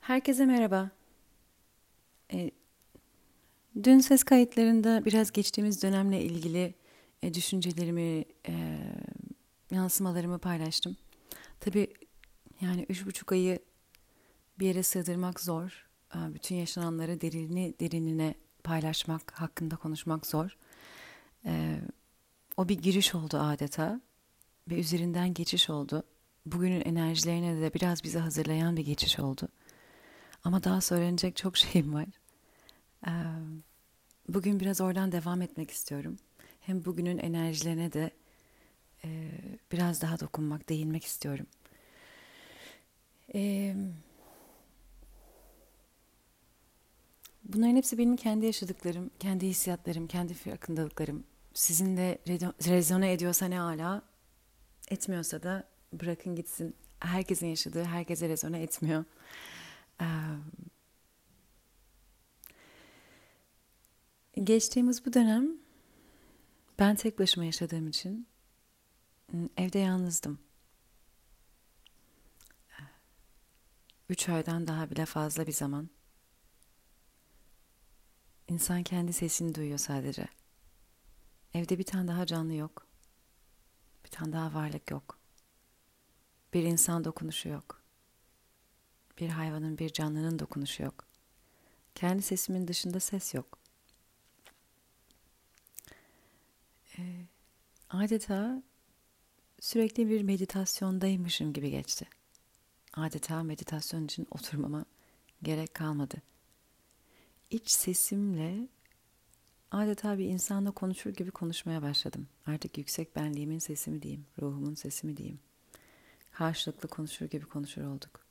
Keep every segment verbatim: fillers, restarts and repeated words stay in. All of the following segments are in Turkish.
Herkese merhaba. E, dün ses kayıtlarında biraz geçtiğimiz dönemle ilgili e, düşüncelerimi, e, yansımalarımı paylaştım. Tabii yani üç buçuk ayı bir yere sığdırmak zor. E, bütün yaşananları derini derinine paylaşmak, hakkında konuşmak zor. E, o bir giriş oldu adeta ve üzerinden geçiş oldu. Bugünün enerjilerine de biraz bizi hazırlayan bir geçiş oldu. Ama daha söylenecek çok şeyim var. E, Bugün biraz oradan devam etmek istiyorum. Hem bugünün enerjilerine de e, biraz daha dokunmak, değinmek istiyorum. E, bunların hepsi benim kendi yaşadıklarım, kendi hissiyatlarım, kendi farkındalıklarım. Sizinle re- rezone ediyorsa ne ala, etmiyorsa da bırakın gitsin. Herkesin yaşadığı herkese rezone etmiyor. E, geçtiğimiz bu dönem ben tek başıma yaşadığım için evde yalnızdım. Üç aydan daha bile fazla bir zaman. İnsan kendi sesini duyuyor sadece. Evde bir tane daha canlı yok. Bir tane daha varlık yok. Bir insan dokunuşu yok. Bir hayvanın, bir canlının dokunuşu yok. Kendi sesimin dışında ses yok. Ee, adeta sürekli bir meditasyondaymışım gibi geçti. Adeta meditasyon için oturmama gerek kalmadı. İç sesimle adeta bir insanla konuşur gibi konuşmaya başladım. Artık yüksek benliğimin sesimi diyeyim, ruhumun sesimi diyeyim. Karşılıklı konuşur gibi konuşur olduk.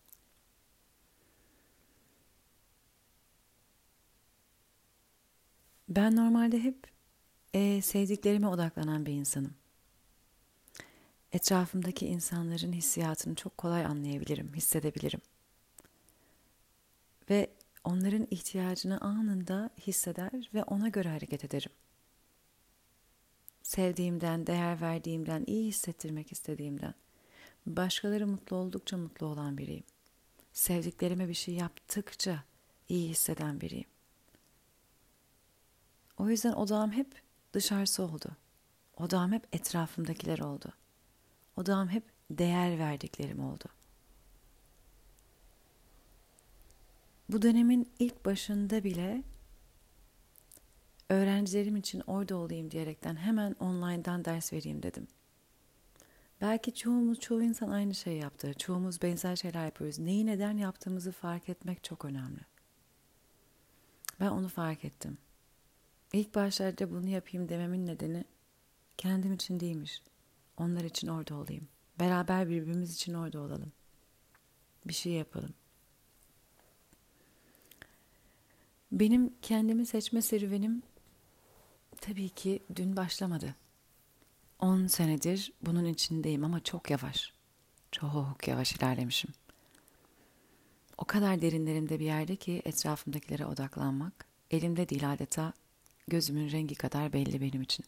Ben normalde hep e, sevdiklerime odaklanan bir insanım. Etrafımdaki insanların hissiyatını çok kolay anlayabilirim, hissedebilirim. Ve onların ihtiyacını anında hisseder ve ona göre hareket ederim. Sevdiğimden, değer verdiğimden, iyi hissettirmek istediğimden. Başkaları mutlu oldukça mutlu olan biriyim. Sevdiklerime bir şey yaptıkça iyi hisseden biriyim. O yüzden odağım hep dışarısı oldu. Odağım hep etrafımdakiler oldu. Odağım hep değer verdiklerim oldu. Bu dönemin ilk başında bile öğrencilerim için orada olayım diyerekten hemen online'dan ders vereyim dedim. Belki çoğumuz, çoğu insan aynı şey yaptı. Çoğumuz benzer şeyler yapıyoruz. Neyi neden yaptığımızı fark etmek çok önemli. Ben onu fark ettim. İlk başlarda bunu yapayım dememin nedeni kendim için değilmiş. Onlar için orada olayım. Beraber birbirimiz için orada olalım. Bir şey yapalım. Benim kendimi seçme serüvenim tabii ki dün başlamadı. On senedir bunun içindeyim ama çok yavaş. Çok yavaş ilerlemişim. O kadar derinlerimde bir yerde ki etrafımdakilere odaklanmak elimde değil, adeta gözümün rengi kadar belli benim için.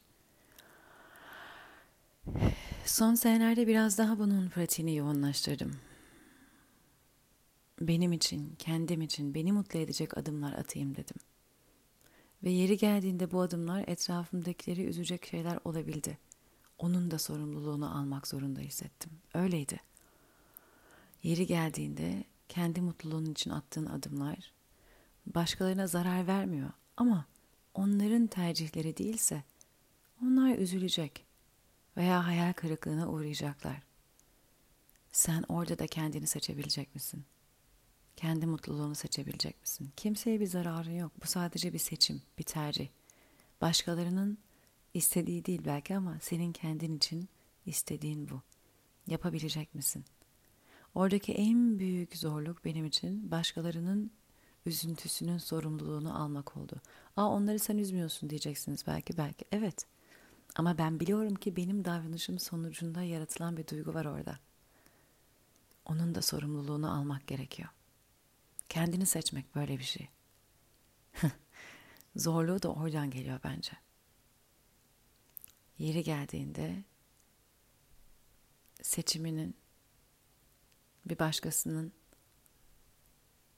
Son senelerde biraz daha bunun pratiğini yoğunlaştırdım. Benim için, kendim için beni mutlu edecek adımlar atayım dedim. Ve yeri geldiğinde bu adımlar etrafımdakileri üzecek şeyler olabildi. Onun da sorumluluğunu almak zorunda hissettim. Öyleydi. Yeri geldiğinde kendi mutluluğun için attığın adımlar başkalarına zarar vermiyor. Ama onların tercihleri değilse onlar üzülecek veya hayal kırıklığına uğrayacaklar. Sen orada da kendini seçebilecek misin? Kendi mutluluğunu seçebilecek misin? Kimseye bir zararın yok. Bu sadece bir seçim, bir tercih. Başkalarının istediği değil belki ama senin kendin için istediğin bu. Yapabilecek misin? Oradaki en büyük zorluk benim için başkalarının üzüntüsünün sorumluluğunu almak oldu. Aa, onları sen üzmüyorsun diyeceksiniz belki belki. Evet. Ama ben biliyorum ki benim davranışım sonucunda yaratılan bir duygu var orada. Onun da sorumluluğunu almak gerekiyor. Kendini seçmek böyle bir şey. Zorluğu da oradan geliyor bence. Yeri geldiğinde seçiminin bir başkasının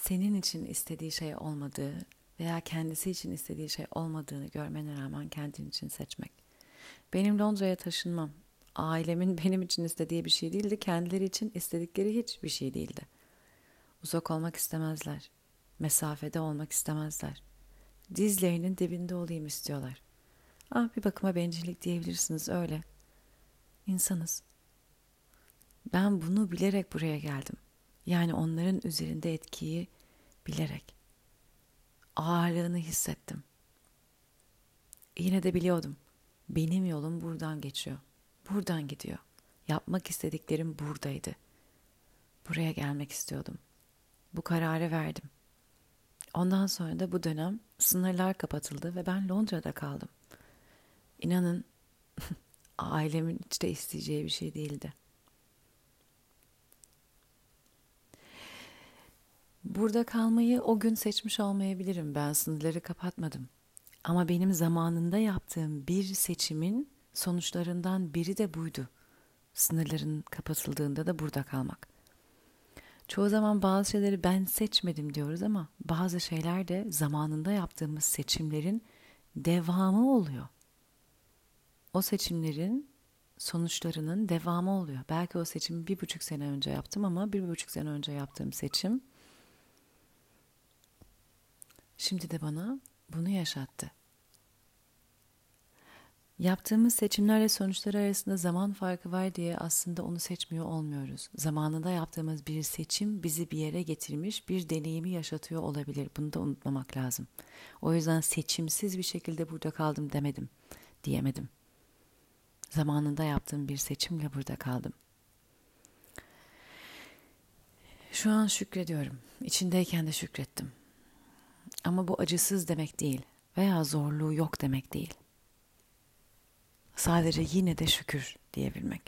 senin için istediği şey olmadığı veya kendisi için istediği şey olmadığını görmene rağmen kendin için seçmek. Benim Londra'ya taşınmam, ailemin benim için istediği bir şey değildi, kendileri için istedikleri hiçbir şey değildi. Uzak olmak istemezler, mesafede olmak istemezler. Dizlerinin dibinde olayım istiyorlar. Ah, bir bakıma bencillik diyebilirsiniz, öyle. İnsanız. Ben bunu bilerek buraya geldim. Yani onların üzerinde etkiyi bilerek. Ağırlığını hissettim. Yine de biliyordum. Benim yolum buradan geçiyor. Buradan gidiyor. Yapmak istediklerim buradaydı. Buraya gelmek istiyordum. Bu kararı verdim. Ondan sonra da bu dönem sınırlar kapatıldı ve ben Londra'da kaldım. İnanın ailemin hiç de isteyeceği bir şey değildi. Burada kalmayı o gün seçmiş olmayabilirim. Ben sınırları kapatmadım. Ama benim zamanında yaptığım bir seçimin sonuçlarından biri de buydu. Sınırların kapatıldığında da burada kalmak. Çoğu zaman bazı şeyleri ben seçmedim diyoruz ama bazı şeyler de zamanında yaptığımız seçimlerin devamı oluyor. O seçimlerin sonuçlarının devamı oluyor. Belki o seçimi bir buçuk sene önce yaptım ama bir buçuk sene önce yaptığım seçim şimdi de bana bunu yaşattı. Yaptığımız seçimlerle sonuçları arasında zaman farkı var diye aslında onu seçmiyor olmuyoruz. Zamanında yaptığımız bir seçim bizi bir yere getirmiş, bir deneyimi yaşatıyor olabilir. Bunu da unutmamak lazım. O yüzden seçimsiz bir şekilde burada kaldım demedim, diyemedim. Zamanında yaptığım bir seçimle burada kaldım. Şu an şükrediyorum. İçindeyken de şükrettim. Ama bu acısız demek değil veya zorluğu yok demek değil. Sadece yine de şükür diyebilmek.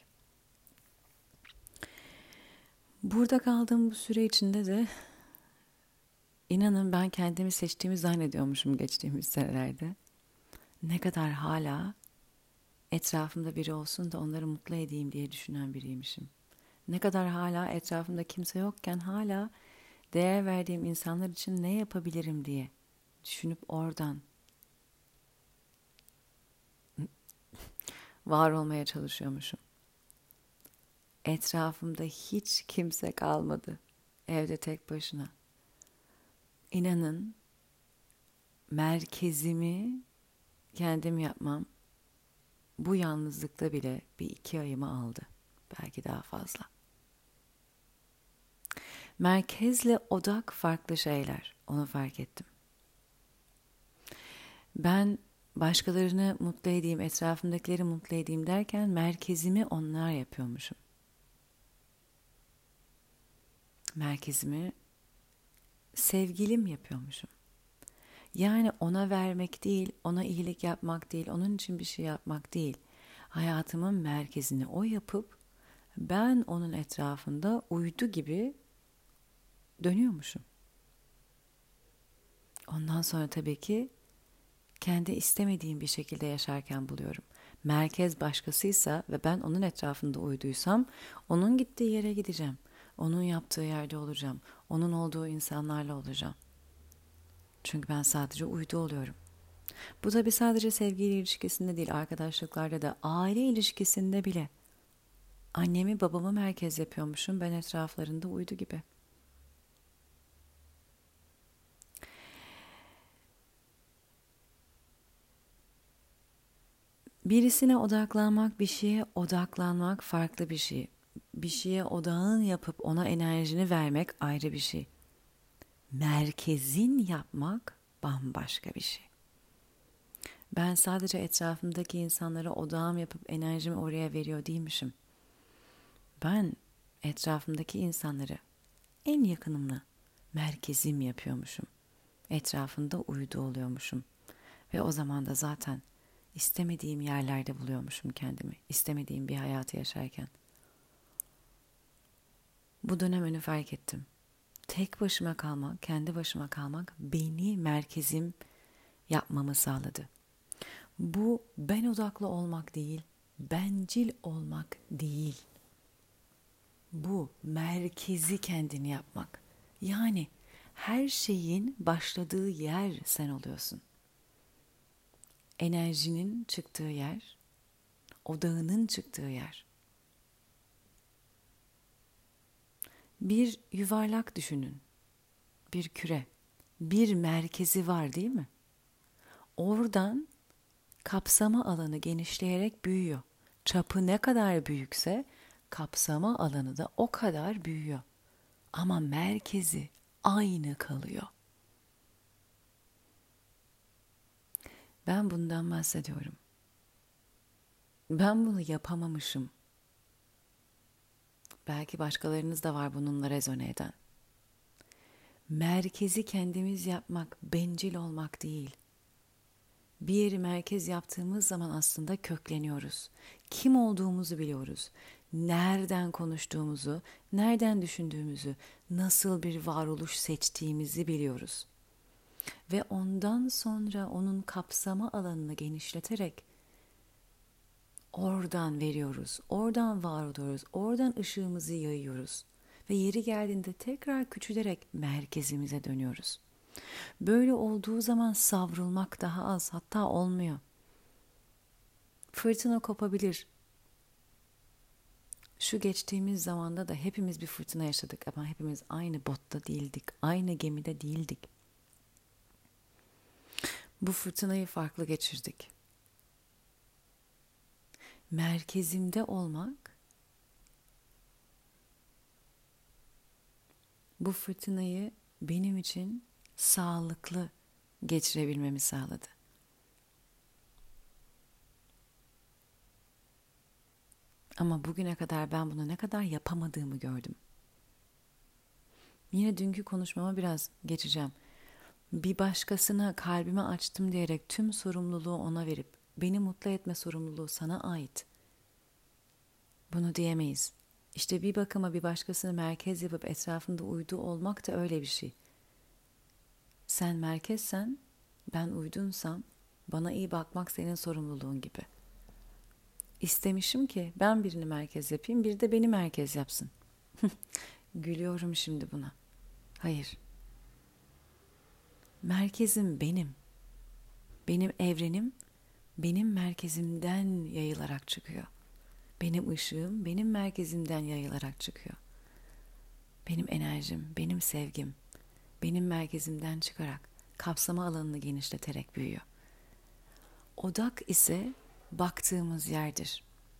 Burada kaldığım bu süre içinde de inanın ben kendimi seçtiğimi zannediyormuşum geçtiğimiz senelerde. Ne kadar hala etrafımda biri olsun da onları mutlu edeyim diye düşünen biriymişim. Ne kadar hala etrafımda kimse yokken hala değer verdiğim insanlar için ne yapabilirim diye düşünüp oradan var olmaya çalışıyormuşum. Etrafımda hiç kimse kalmadı. Evde tek başına. İnanın merkezimi kendim yapmam bu yalnızlıkta bile bir iki ayımı aldı. Belki daha fazla. Merkezle odak farklı şeyler. Onu fark ettim. Ben başkalarını mutlu edeyim, etrafımdakileri mutlu edeyim derken merkezimi onlar yapıyormuşum. Merkezimi sevgilim yapıyormuşum. Yani ona vermek değil, ona iyilik yapmak değil, onun için bir şey yapmak değil. Hayatımın merkezini o yapıp ben onun etrafında uydu gibi dönüyormuşum. Ondan sonra tabii ki kendi istemediğim bir şekilde yaşarken buluyorum. Merkez başkasıysa ve ben onun etrafında uyduysam onun gittiği yere gideceğim. Onun yaptığı yerde olacağım. Onun olduğu insanlarla olacağım. Çünkü ben sadece uydu oluyorum. Bu tabii sadece sevgili ilişkisinde değil, arkadaşlıklarda da, aile ilişkisinde bile. Annemi babamı merkez yapıyormuşum, ben etraflarında uydu gibi. Birisine odaklanmak, bir şeye odaklanmak farklı bir şey. Bir şeye odağın yapıp ona enerjini vermek ayrı bir şey. Merkezin yapmak bambaşka bir şey. Ben sadece etrafımdaki insanlara odağım yapıp enerjimi oraya veriyor değilmişim. Ben etrafımdaki insanları en yakınımla merkezim yapıyormuşum. Etrafında uydu oluyormuşum. Ve o zaman da zaten istemediğim yerlerde buluyormuşum kendimi. İstemediğim bir hayatı yaşarken. Bu dönem fark ettim. Tek başıma kalmak, kendi başıma kalmak beni merkezim yapmamı sağladı. Bu ben odaklı olmak değil, bencil olmak değil. Bu merkezi kendini yapmak. Yani Her şeyin başladığı yer sen oluyorsun. Enerjinin çıktığı yer, odağının çıktığı yer. Bir yuvarlak düşünün, bir küre, bir merkezi var değil mi? Oradan kapsama alanı genişleyerek büyüyor. Çapı ne kadar büyükse kapsama alanı da o kadar büyüyor. Ama merkezi aynı kalıyor. Ben bundan bahsediyorum. Ben bunu yapamamışım. Belki başkalarınız da var bununla rezone eden. Merkezi kendimiz yapmak, bencil olmak değil. Bir yeri merkez yaptığımız zaman aslında kökleniyoruz. Kim olduğumuzu biliyoruz. Nereden konuştuğumuzu, nereden düşündüğümüzü, nasıl bir varoluş seçtiğimizi biliyoruz. Ve ondan sonra onun kapsama alanını genişleterek oradan veriyoruz, oradan var oluyoruz, oradan ışığımızı yayıyoruz. Ve yeri geldiğinde tekrar küçülerek merkezimize dönüyoruz. Böyle olduğu zaman savrulmak daha az, hatta olmuyor. Fırtına kopabilir. Şu geçtiğimiz zamanda da hepimiz bir fırtına yaşadık ama hepimiz aynı botta değildik, aynı gemide değildik. Bu fırtınayı farklı geçirdik. Merkezimde olmak bu fırtınayı benim için sağlıklı geçirebilmemi sağladı. Ama bugüne kadar ben bunu ne kadar yapamadığımı gördüm. Yine dünkü konuşmama biraz geçeceğim. Bir başkasına kalbimi açtım diyerek tüm sorumluluğu ona verip beni mutlu etme sorumluluğu sana ait. Bunu diyemeyiz. İşte bir bakıma bir başkasını merkez yapıp etrafında uydu olmak da öyle bir şey. Sen merkezsen, ben uydunsam, bana iyi bakmak senin sorumluluğun gibi. İstemişim ki ben birini merkez yapayım, biri de beni merkez yapsın. Gülüyorum şimdi buna. Hayır. Merkezim benim. Benim evrenim, benim merkezimden yayılarak çıkıyor. Benim ışığım, benim merkezimden yayılarak çıkıyor. Benim enerjim, benim sevgim, benim merkezimden çıkarak, kapsama alanını genişleterek büyüyor. Odak ise baktığımız yerdir.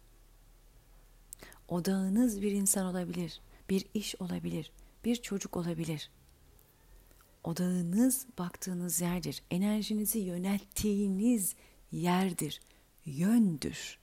Odağınız bir insan olabilir, bir iş olabilir, bir çocuk olabilir. Odağınız baktığınız yerdir. Enerjinizi yönelttiğiniz yerdir, yöndür.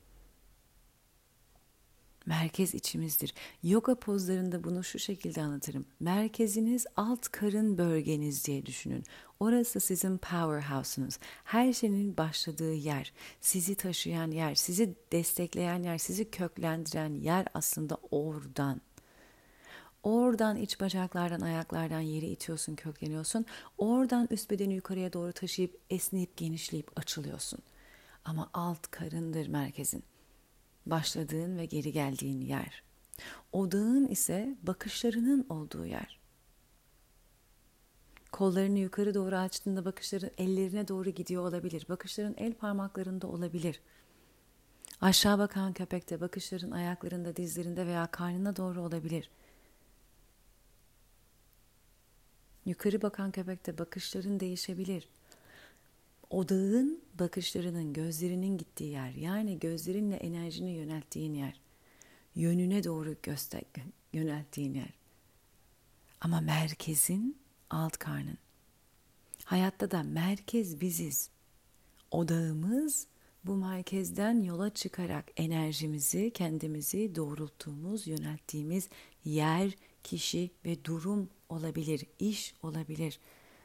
Merkez içimizdir. Yoga pozlarında bunu şu şekilde anlatırım. Merkeziniz alt karın bölgeniz diye düşünün. Orası sizin powerhouse'unuz. Her şeyin başladığı yer, sizi taşıyan yer, sizi destekleyen yer, sizi köklendiren yer aslında oradan. Oradan iç bacaklardan, ayaklardan yeri itiyorsun, kökleniyorsun. Oradan üst bedeni yukarıya doğru taşıyıp, esneyip, genişleyip açılıyorsun. Ama alt karındır merkezin. Başladığın ve geri geldiğin yer. Odağın ise bakışlarının olduğu yer. Kollarını yukarı doğru açtığında bakışların ellerine doğru gidiyor olabilir. Bakışların el parmaklarında olabilir. Aşağı bakan köpekte bakışların ayaklarında, dizlerinde veya karnına doğru olabilir. Yukarı bakan köpekte bakışların değişebilir. Odağın bakışlarının, gözlerinin gittiği yer, yani gözlerinle enerjini yönelttiğin yer, yönüne doğru göster yönelttiğin yer. Ama merkezin alt karnın. Hayatta da merkez biziz. Odağımız bu merkezden yola çıkarak enerjimizi, kendimizi doğrulttuğumuz, yönelttiğimiz yer, kişi ve durum olabilir, iş olabilir.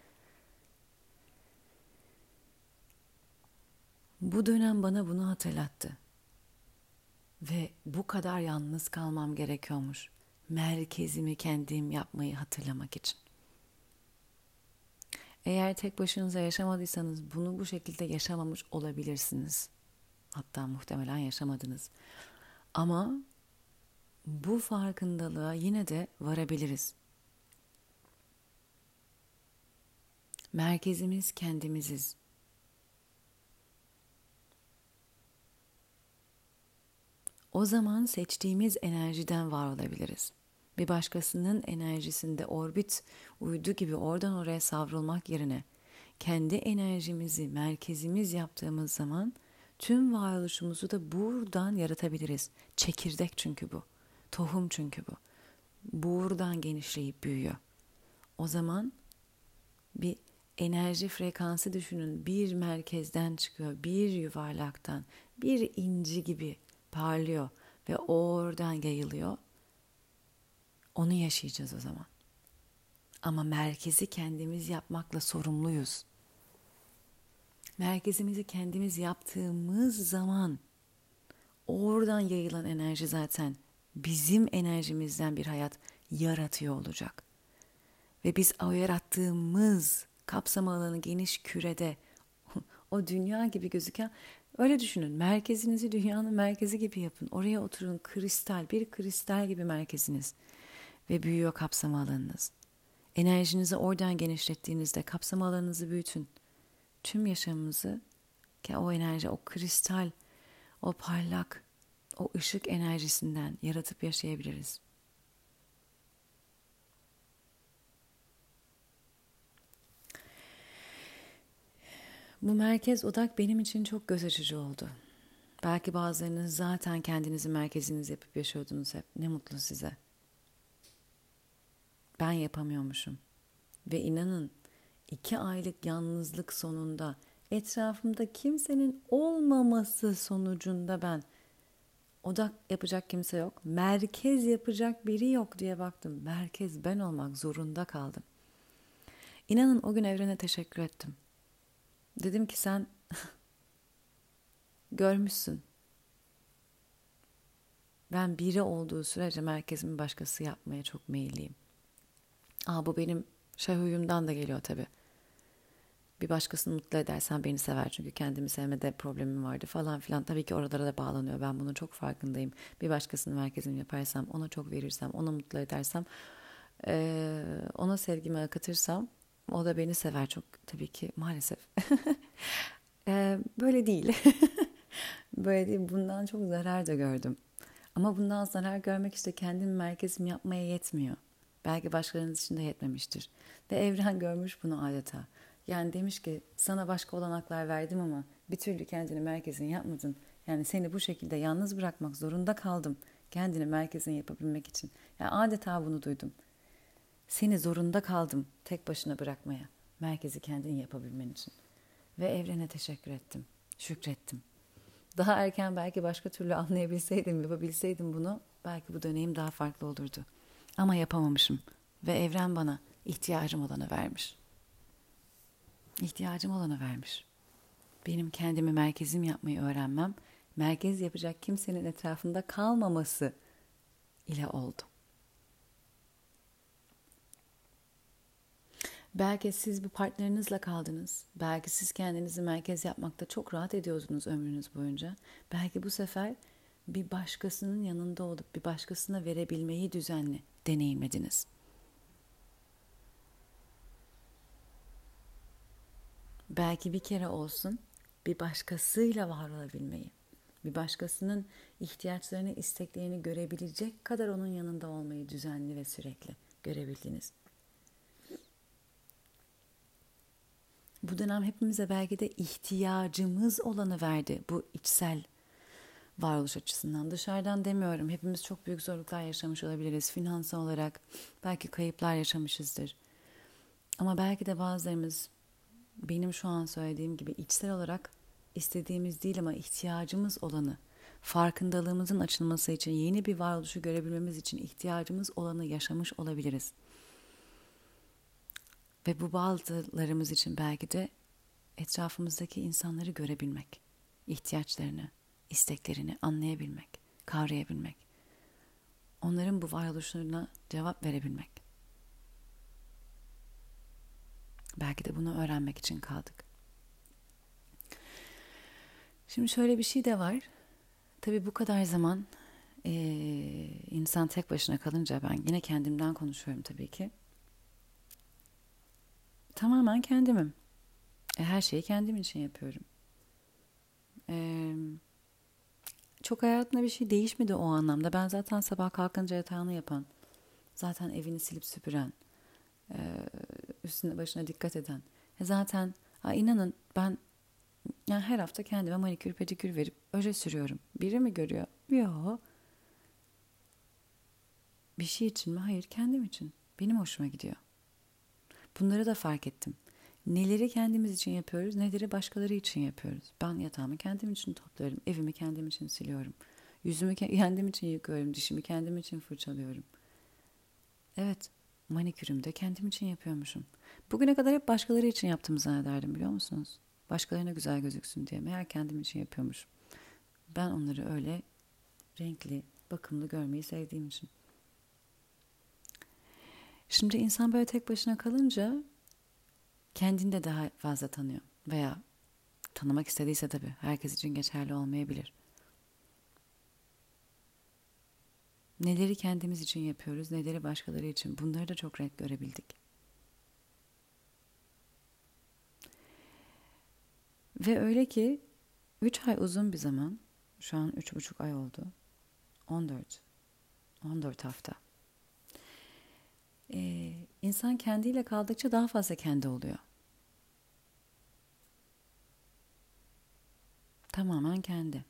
Bu dönem bana bunu hatırlattı. Ve bu kadar yalnız kalmam gerekiyormuş. Merkezimi kendim yapmayı hatırlamak için. Eğer tek başınıza yaşamadıysanız bunu bu şekilde yaşamamış olabilirsiniz. Hatta muhtemelen yaşamadınız. Ama bu farkındalığa yine de varabiliriz. Merkezimiz kendimiziz. O zaman seçtiğimiz enerjiden var olabiliriz. Bir başkasının enerjisinde orbit, uydu gibi oradan oraya savrulmak yerine kendi enerjimizi merkezimiz yaptığımız zaman tüm varoluşumuzu da buradan yaratabiliriz. Çekirdek çünkü bu. Tohum çünkü bu. Buradan genişleyip büyüyor. O zaman bir enerji frekansı düşünün. Bir merkezden çıkıyor, bir yuvarlaktan, bir inci gibi parlıyor ve oradan yayılıyor. Onu yaşayacağız o zaman. Ama merkezi kendimiz yapmakla sorumluyuz. Merkezimizi kendimiz yaptığımız zaman oradan yayılan enerji zaten bizim enerjimizden bir hayat yaratıyor olacak. Ve biz o yarattığımız kapsam alanı geniş kürede o dünya gibi gözüken, öyle düşünün, merkezinizi dünyanın merkezi gibi yapın. Oraya oturun, kristal, bir kristal gibi merkeziniz ve büyüyor kapsam alanınız. Enerjinizi oradan genişlettiğinizde kapsam alanınızı büyütün. Tüm yaşamımızı ki o enerji, o kristal, o parlak, o ışık enerjisinden yaratıp yaşayabiliriz. Bu merkez odak benim için çok göz açıcı oldu. Belki bazılarınız zaten kendinizi merkeziniz yapıp yaşıyordunuz hep. Ne mutlu size. Ben yapamıyormuşum. Ve inanın iki aylık yalnızlık sonunda etrafımda kimsenin olmaması sonucunda ben odak yapacak kimse yok, merkez yapacak biri yok diye baktım. Merkez ben olmak zorunda kaldım. İnanın o gün evrene teşekkür ettim. Dedim ki sen görmüşsün. Ben biri olduğu sürece merkezimi başkası yapmaya çok meyilliyim. Aa, bu benim şey huyumdan da geliyor tabii. Bir başkasını mutlu edersen beni sever çünkü kendimi sevmede problemim vardı falan filan. Tabii ki oralara da bağlanıyor. Ben bunun çok farkındayım. Bir başkasını merkezim yaparsam, ona çok verirsem, ona mutlu edersem, ona sevgimi akıtırsam o da beni sever çok tabii ki maalesef. Böyle değil. Böyle değil. Bundan çok zarar da gördüm. Ama bundan zarar görmek işte kendimi merkezim yapmaya yetmiyor. Belki başkalarınız için de yetmemiştir. Ve evren görmüş bunu adeta. Yani demiş ki sana başka olanaklar verdim ama bir türlü kendini merkezin yapmadın. Yani seni bu şekilde yalnız bırakmak zorunda kaldım. Kendini merkezin yapabilmek için. Yani adeta bunu duydum. Seni zorunda kaldım tek başına bırakmaya. Merkezi kendini yapabilmen için. Ve evrene teşekkür ettim. Şükrettim. Daha erken belki başka türlü anlayabilseydim, yapabilseydim bunu belki bu dönem daha farklı olurdu. Ama yapamamışım ve evren bana ihtiyacım olanı vermiş. İhtiyacım olanı vermiş. Benim kendimi merkezim yapmayı öğrenmem, merkez yapacak kimsenin etrafında kalmaması ile oldu. Belki siz bir partnerinizle kaldınız. Belki siz kendinizi merkez yapmakta çok rahat ediyordunuz ömrünüz boyunca. Belki bu sefer bir başkasının yanında olup bir başkasına verebilmeyi düzenli deneyimlediniz. Belki bir kere olsun bir başkasıyla var olabilmeyi, bir başkasının ihtiyaçlarını, isteklerini görebilecek kadar onun yanında olmayı düzenli ve sürekli görebildiniz. Bu dönem hepimize belki de ihtiyacımız olanı verdi bu içsel varoluş açısından. Dışarıdan demiyorum. Hepimiz çok büyük zorluklar yaşamış olabiliriz. Finansal olarak belki kayıplar yaşamışızdır. Ama belki de bazılarımız benim şu an söylediğim gibi içsel olarak istediğimiz değil ama ihtiyacımız olanı, farkındalığımızın açılması için, yeni bir varoluşu görebilmemiz için ihtiyacımız olanı yaşamış olabiliriz. Ve bu bazılarımız için belki de etrafımızdaki insanları görebilmek, ihtiyaçlarını, isteklerini anlayabilmek, kavrayabilmek, onların bu varoluşlarına cevap verebilmek. Belki de bunu öğrenmek için kaldık. Şimdi şöyle bir şey de var. Tabii bu kadar zaman e, insan tek başına kalınca, ben yine kendimden konuşuyorum tabii ki. Tamamen kendimim. E, her şeyi kendim için yapıyorum. Eee Çok hayatımda bir şey değişmedi o anlamda. Ben zaten sabah kalkınca yatağını yapan, zaten evini silip süpüren, üstüne başına dikkat eden. E zaten ha inanın ben yani her hafta kendime manikür pedikür verip öyle sürüyorum. Biri mi görüyor? Yok. Bir şey için mi? Hayır, kendim için. Benim hoşuma gidiyor. Bunları da fark ettim. Neleri kendimiz için yapıyoruz, neleri başkaları için yapıyoruz. Ben yatağımı kendim için topluyorum, evimi kendim için siliyorum. Yüzümü kendim için yıkıyorum, dişimi kendim için fırçalıyorum. Evet, manikürümü de kendim için yapıyormuşum. Bugüne kadar hep başkaları için yaptığımı zannederdim, biliyor musunuz? Başkalarına güzel gözüksün diye. Meğer kendim için yapıyormuşum. Ben onları öyle renkli, bakımlı görmeyi sevdiğim için. Şimdi insan böyle tek başına kalınca kendini de daha fazla tanıyor. Veya tanımak istediyse tabii. Herkes için geçerli olmayabilir. Neleri kendimiz için yapıyoruz, neleri başkaları için. Bunları da çok renk görebildik. Ve öyle ki üç ay uzun bir zaman. Şu an üç buçuk ay oldu. on dört. on dört hafta. Ee, insan kendiyle kaldıkça daha fazla kendi oluyor. Tamamen kendi.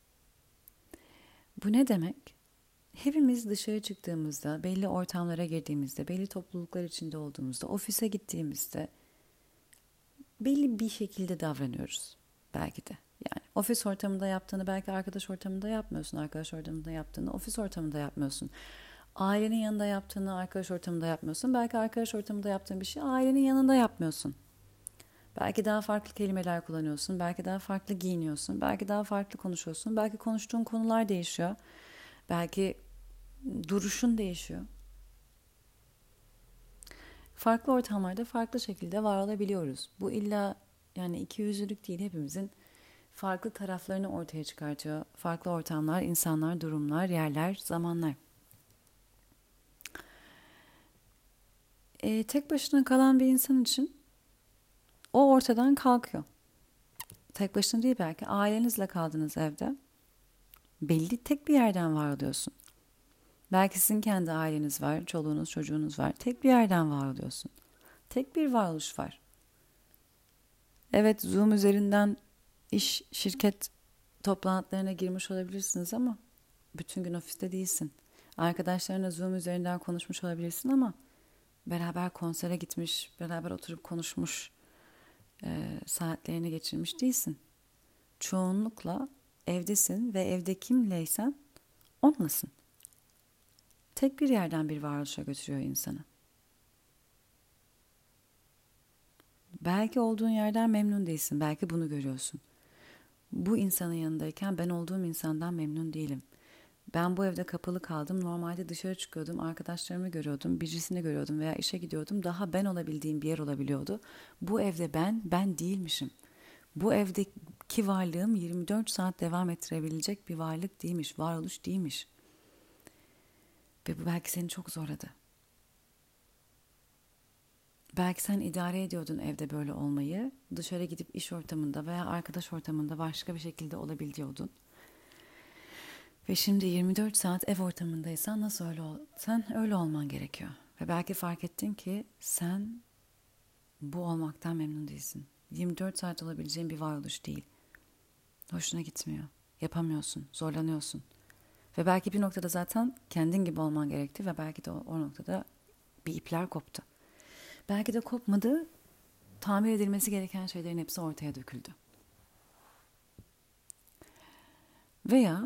Bu ne demek? Hepimiz dışarı çıktığımızda, belli ortamlara girdiğimizde, belli topluluklar içinde olduğumuzda, ofise gittiğimizde belli bir şekilde davranıyoruz belki de. Yani ofis ortamında yaptığını belki arkadaş ortamında yapmıyorsun, arkadaş ortamında yaptığını ofis ortamında yapmıyorsun. Ailenin yanında yaptığını arkadaş ortamında yapmıyorsun. Belki arkadaş ortamında yaptığın bir şey ailenin yanında yapmıyorsun. Belki daha farklı kelimeler kullanıyorsun, belki daha farklı giyiniyorsun, belki daha farklı konuşuyorsun, belki konuştuğun konular değişiyor. Belki duruşun değişiyor. Farklı ortamlarda farklı şekilde var olabiliyoruz. Bu illa yani ikiyüzlülük değil, hepimizin farklı taraflarını ortaya çıkartıyor. Farklı ortamlar, insanlar, durumlar, yerler, zamanlar. E, tek başına kalan bir insan için o ortadan kalkıyor. Tek başına değil, belki ailenizle kaldığınız evde belli tek bir yerden var oluyorsun. Belki sizin kendi aileniz var, çoluğunuz, çocuğunuz var. Tek bir yerden var oluyorsun. Tek bir varoluş var. Evet, Zoom üzerinden iş, şirket toplantılarına girmiş olabilirsiniz ama bütün gün ofiste değilsin. Arkadaşlarına Zoom üzerinden konuşmuş olabilirsin ama beraber konsere gitmiş, beraber oturup konuşmuş, e, saatlerini geçirmiş değilsin. Çoğunlukla evdesin ve evde kimleysen onlasın. Tek bir yerden bir varoluşa götürüyor insanı. Belki olduğun yerden memnun değilsin, belki bunu görüyorsun. Bu insanın yanındayken ben olduğum insandan memnun değilim. Ben bu evde kapalı kaldım. Normalde dışarı çıkıyordum, arkadaşlarımı görüyordum, birisini görüyordum veya işe gidiyordum. Daha ben olabildiğim bir yer olabiliyordu. Bu evde ben, ben değilmişim. Bu evdeki varlığım yirmi dört saat devam ettirebilecek bir varlık değilmiş, varoluş değilmiş. Ve bu belki seni çok zorladı. Belki sen idare ediyordun evde böyle olmayı. Dışarı gidip iş ortamında veya arkadaş ortamında başka bir şekilde olabiliyordun. Ve şimdi yirmi dört saat ev ortamındaysan nasıl öyle ol? Sen öyle olman gerekiyor. Ve belki fark ettin ki sen bu olmaktan memnun değilsin. yirmi dört saat olabileceğin bir varoluş değil. Hoşuna gitmiyor. Yapamıyorsun, zorlanıyorsun. Ve belki bir noktada zaten kendin gibi olman gerekti ve belki de o, o noktada bir ipler koptu. Belki de kopmadı, tamir edilmesi gereken şeylerin hepsi ortaya döküldü. Veya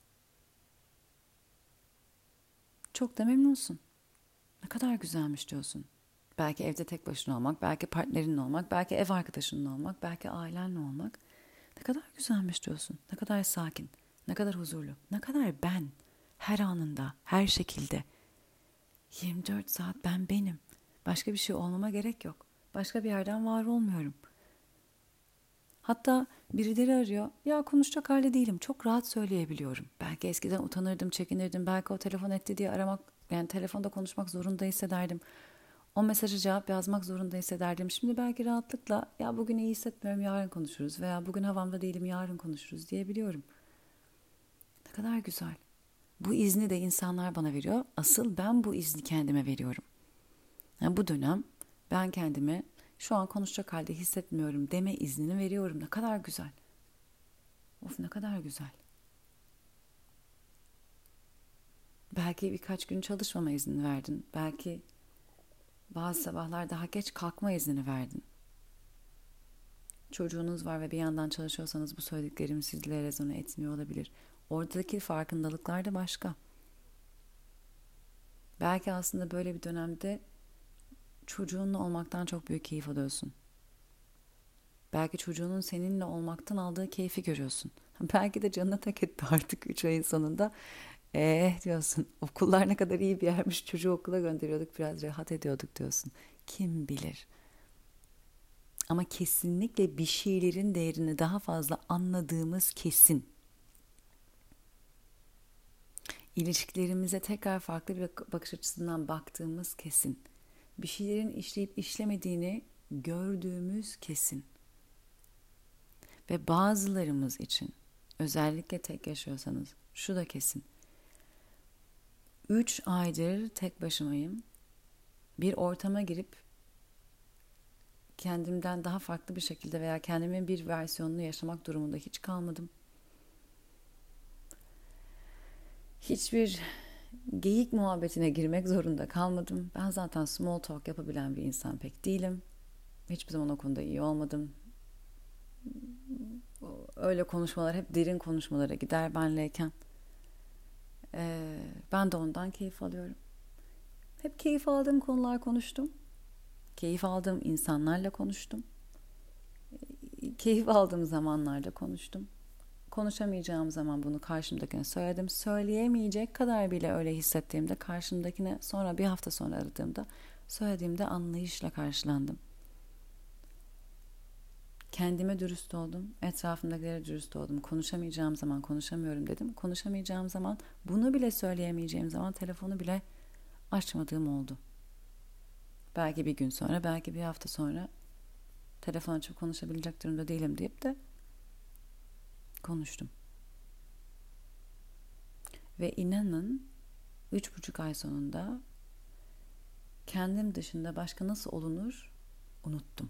çok da memnunsun. Ne kadar güzelmiş diyorsun. Belki evde tek başına olmak, belki partnerinle olmak, belki ev arkadaşınla olmak, belki ailenle olmak. Ne kadar güzelmiş diyorsun. Ne kadar sakin, ne kadar huzurlu, ne kadar ben. Her anında, her şekilde. yirmi dört saat ben benim. Başka bir şey olmama gerek yok. Başka bir yerden var olmuyorum. Hatta birileri arıyor. Ya konuşacak halde değilim. Çok rahat söyleyebiliyorum. Belki eskiden utanırdım, çekinirdim. Belki o telefon etti diye aramak, yani telefonda konuşmak zorunda hissederdim. o mesajı cevap yazmak zorunda hissederdim. Şimdi belki rahatlıkla ya bugün iyi hissetmiyorum, yarın konuşuruz veya bugün havamda değilim, yarın konuşuruz diyebiliyorum. Ne kadar güzel. Bu izni de insanlar bana veriyor. Asıl ben bu izni kendime veriyorum. Yani bu dönem ben kendime şu an konuşacak halde hissetmiyorum deme iznini veriyorum. Ne kadar güzel. Of, ne kadar güzel. Belki birkaç gün çalışmama izni verdin. Belki bazı sabahlar daha geç kalkma iznini verdin. Çocuğunuz var ve bir yandan çalışıyorsanız bu söylediklerim sizle rezone etmiyor olabilir. Oradaki farkındalıklar da başka. Belki aslında böyle bir dönemde çocuğunla olmaktan çok büyük keyif alıyorsun. Belki çocuğunun seninle olmaktan aldığı keyfi görüyorsun. Belki de canına tak etti artık üç ayın sonunda. Eh diyorsun, okullar ne kadar iyi bir yermiş, çocuğu okula gönderiyorduk, biraz rahat ediyorduk diyorsun. Kim bilir. Ama kesinlikle bir şeylerin değerini daha fazla anladığımız kesin. İlişkilerimize tekrar farklı bir bakış açısından baktığımız kesin. Bir şeylerin işleyip işlemediğini gördüğümüz kesin. Ve bazılarımız için, özellikle tek yaşıyorsanız, şu da kesin. Üç aydır tek başımayım. Bir ortama girip kendimden daha farklı bir şekilde veya kendimin bir versiyonunu yaşamak durumunda hiç kalmadım. Hiçbir geyik muhabbetine girmek zorunda kalmadım. Ben zaten small talk yapabilen bir insan pek değilim. Hiçbir zaman o konuda iyi olmadım. Öyle konuşmalar hep derin konuşmalara gider benleyken. Ee, ben de ondan keyif alıyorum. Hep keyif aldığım konular konuştum. Keyif aldığım insanlarla konuştum. Keyif aldığım zamanlarda konuştum. Konuşamayacağım zaman bunu karşımdakine söyledim. Söyleyemeyecek kadar bile öyle hissettiğimde karşımdakine sonra bir hafta sonra aradığımda söylediğimde anlayışla karşılandım. Kendime dürüst oldum. Etrafımdakilere dürüst oldum. Konuşamayacağım zaman konuşamıyorum dedim. Konuşamayacağım zaman, bunu bile söyleyemeyeceğim zaman telefonu bile açmadığım oldu. Belki bir gün sonra, belki bir hafta sonra telefon açıp konuşabilecek durumda değilim deyip de konuştum. Ve inanın üç buçuk ay sonunda kendim dışında başka nasıl olunur unuttum.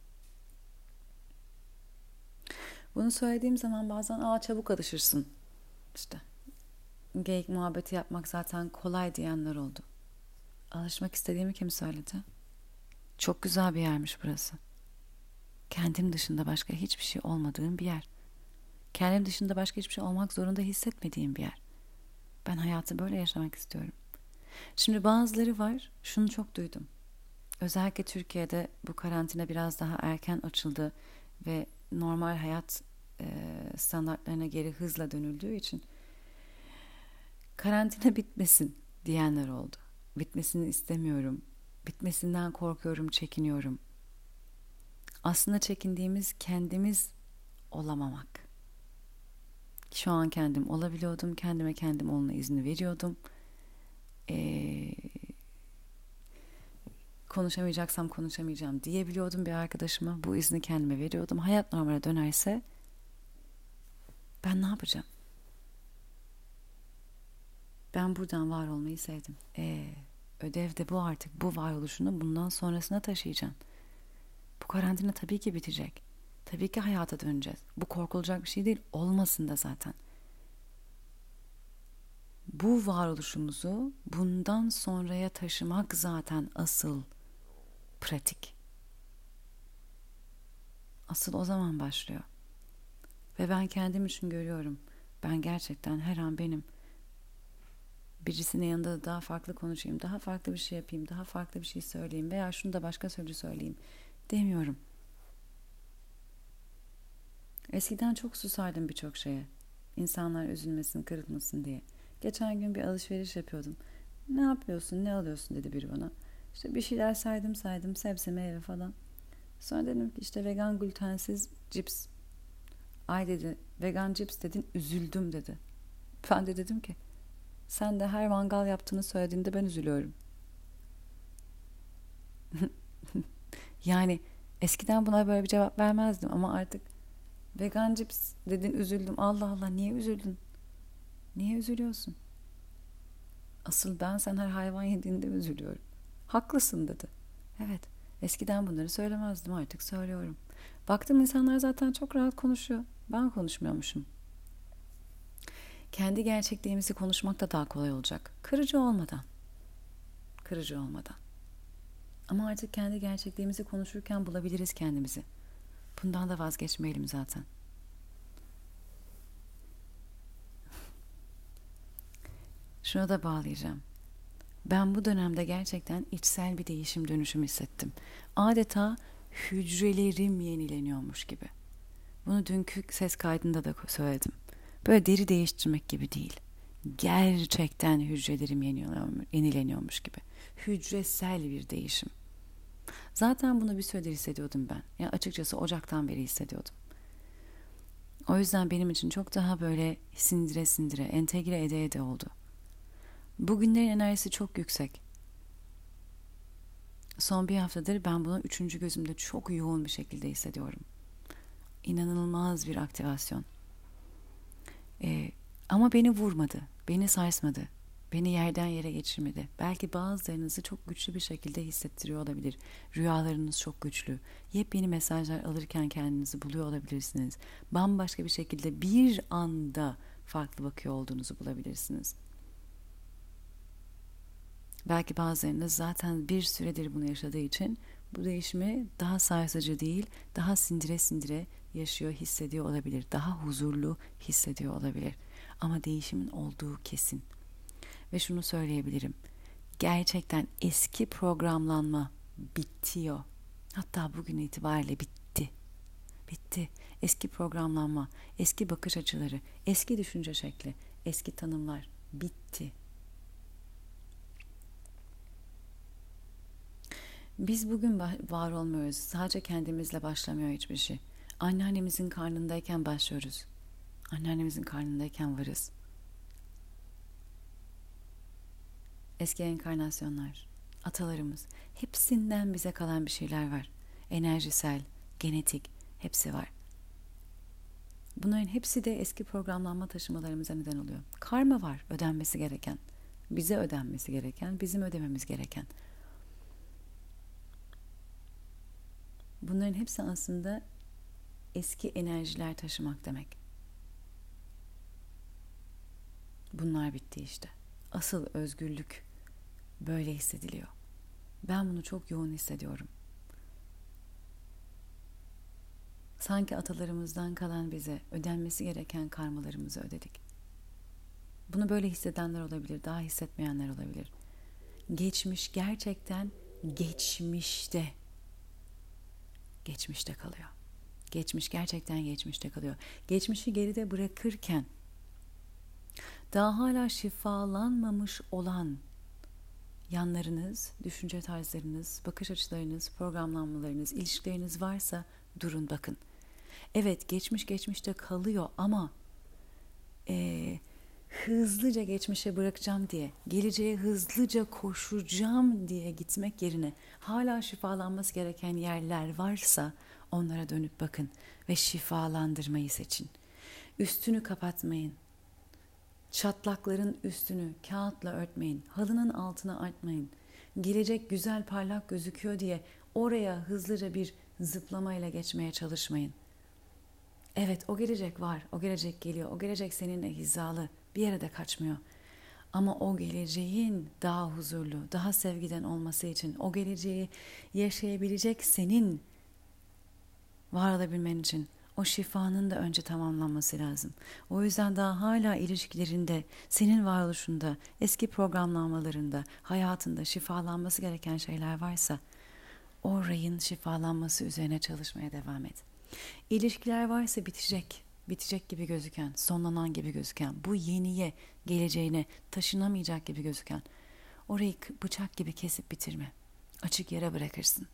Bunu söylediğim zaman bazen aa çabuk alışırsın. İşte geyik muhabbeti yapmak zaten kolay diyenler oldu. Alışmak istediğimi kim söyledi? Çok güzel bir yermiş burası. Kendim dışında başka hiçbir şey olmadığım bir yer. Kendim dışında başka hiçbir şey olmak zorunda hissetmediğim bir yer. Ben hayatı böyle yaşamak istiyorum. Şimdi bazıları var, şunu çok duydum. Özellikle Türkiye'de bu karantina biraz daha erken açıldı ve normal hayat e, standartlarına geri hızla dönüldüğü için karantina bitmesin diyenler oldu. Bitmesini istemiyorum. Bitmesinden korkuyorum, çekiniyorum. Aslında çekindiğimiz kendimiz olamamak. Şu an kendim olabiliyordum. Kendime kendim olma izni veriyordum. Ee, konuşamayacaksam konuşamayacağım diyebiliyordum bir arkadaşıma. Bu izni kendime veriyordum. Hayat normale dönerse ben ne yapacağım? Ben buradan var olmayı sevdim. Ee, ödev de bu artık. Bu varoluşunu bundan sonrasına taşıyacaksın. Bu karantina tabii ki bitecek. Tabii ki hayata döneceğiz. Bu korkulacak bir şey değil. Olmasın da zaten. Bu varoluşumuzu bundan sonraya taşımak zaten asıl pratik. Asıl o zaman başlıyor. Ve ben kendim için görüyorum. Ben gerçekten her an benim. Birisinin yanında da daha farklı konuşayım, daha farklı bir şey yapayım, daha farklı bir şey söyleyeyim veya şunu da başka sözü söyleyeyim demiyorum. Eskiden çok susardım birçok şeye. İnsanlar üzülmesin, kırılmasın diye. Geçen gün bir alışveriş yapıyordum. Ne yapıyorsun, ne alıyorsun dedi biri bana. İşte bir şeyler saydım saydım, sebze, meyve falan. Sonra dedim ki işte vegan glutensiz cips. Ay dedi, vegan cips dedin, üzüldüm dedi. Ben de dedim ki sen de her mangal yaptığını söylediğinde ben üzülüyorum. Yani eskiden buna böyle bir cevap vermezdim ama artık vegan cips dedin, üzüldüm. Allah Allah, niye üzüldün? Niye üzülüyorsun? Asıl ben sen her hayvan yediğinde üzülüyorum. Haklısın dedi. Evet, eskiden bunları söylemezdim, artık söylüyorum. Baktım insanlar zaten çok rahat konuşuyor. Ben konuşmuyormuşum. Kendi gerçekliğimizi konuşmak da daha kolay olacak. Kırıcı olmadan. Kırıcı olmadan. Ama artık kendi gerçekliğimizi konuşurken bulabiliriz kendimizi. Bundan da vazgeçmeyelim zaten. Şuna da bağlayacağım. Ben bu dönemde gerçekten içsel bir değişim, dönüşüm hissettim. Adeta hücrelerim yenileniyormuş gibi. Bunu dünkü ses kaydında da söyledim. Böyle deri değiştirmek gibi değil. Gerçekten hücrelerim yenileniyormuş gibi. Hücresel bir değişim. Zaten bunu bir süredir hissediyordum ben. Ya açıkçası Ocak'tan beri hissediyordum. O yüzden benim için çok daha böyle sindire sindire, entegre ede ede oldu. Bugünlerin enerjisi çok yüksek. Son bir haftadır ben bunu üçüncü gözümde çok yoğun bir şekilde hissediyorum. İnanılmaz bir aktivasyon. Ee, ama beni vurmadı, beni sarsmadı, beni yerden yere geçirmedi. Belki bazılarınızı çok güçlü bir şekilde hissettiriyor olabilir. Rüyalarınız çok güçlü. Yepyeni mesajlar alırken kendinizi buluyor olabilirsiniz. Bambaşka bir şekilde bir anda farklı bakıyor olduğunuzu bulabilirsiniz. Belki bazılarınız zaten bir süredir bunu yaşadığı için bu değişimi daha sarsıcı değil, daha sindire sindire yaşıyor, hissediyor olabilir. Daha huzurlu hissediyor olabilir. Ama değişimin olduğu kesin. Ve şunu söyleyebilirim. Gerçekten eski programlanma bitiyor. Hatta bugün itibariyle bitti. Bitti. Eski programlanma, eski bakış açıları, eski düşünce şekli, eski tanımlar bitti. Biz bugün var olmuyoruz. Sadece kendimizle başlamıyor hiçbir şey. Anneannemizin karnındayken başlıyoruz. Anneannemizin karnındayken varız. Eski enkarnasyonlar, atalarımız, hepsinden bize kalan bir şeyler var. Enerjisel, genetik, hepsi var. Bunların hepsi de eski programlanma taşımalarımıza neden oluyor. Karma var, ödenmesi gereken. Bize ödenmesi gereken, bizim ödememiz gereken. Bunların hepsi aslında eski enerjiler taşımak demek. Bunlar bitti işte. Asıl özgürlük böyle hissediliyor. Ben bunu çok yoğun hissediyorum. Sanki atalarımızdan kalan bize ödenmesi gereken karmalarımızı ödedik. Bunu böyle hissedenler olabilir, daha hissetmeyenler olabilir. Geçmiş gerçekten geçmişte. Geçmişte kalıyor. Geçmiş gerçekten geçmişte kalıyor. Geçmişi geride bırakırken daha hala şifalanmamış olan yanlarınız, düşünce tarzlarınız, bakış açılarınız, programlanmalarınız, ilişkileriniz varsa durun bakın. Evet, geçmiş geçmişte kalıyor ama ee, hızlıca geçmişe bırakacağım diye, geleceğe hızlıca koşacağım diye gitmek yerine hala şifalanması gereken yerler varsa onlara dönüp bakın ve şifalandırmayı seçin. Üstünü kapatmayın. Çatlakların üstünü kağıtla örtmeyin. Halının altına atmayın. Gelecek güzel parlak gözüküyor diye oraya hızlıca bir zıplamayla geçmeye çalışmayın. Evet, o gelecek var, o gelecek geliyor, o gelecek seninle hizalı, bir yere de kaçmıyor. Ama o geleceğin daha huzurlu, daha sevgiden olması için, o geleceği yaşayabilecek senin var olabilmen için o şifanın da önce tamamlanması lazım. O yüzden daha hala ilişkilerinde, senin varoluşunda, eski programlamalarında, hayatında şifalanması gereken şeyler varsa orayın şifalanması üzerine çalışmaya devam et. İlişkiler varsa bitecek, bitecek gibi gözüken, sonlanan gibi gözüken, bu yeniye, geleceğine taşınamayacak gibi gözüken, orayı bıçak gibi kesip bitirme. Açık yere bırakırsın.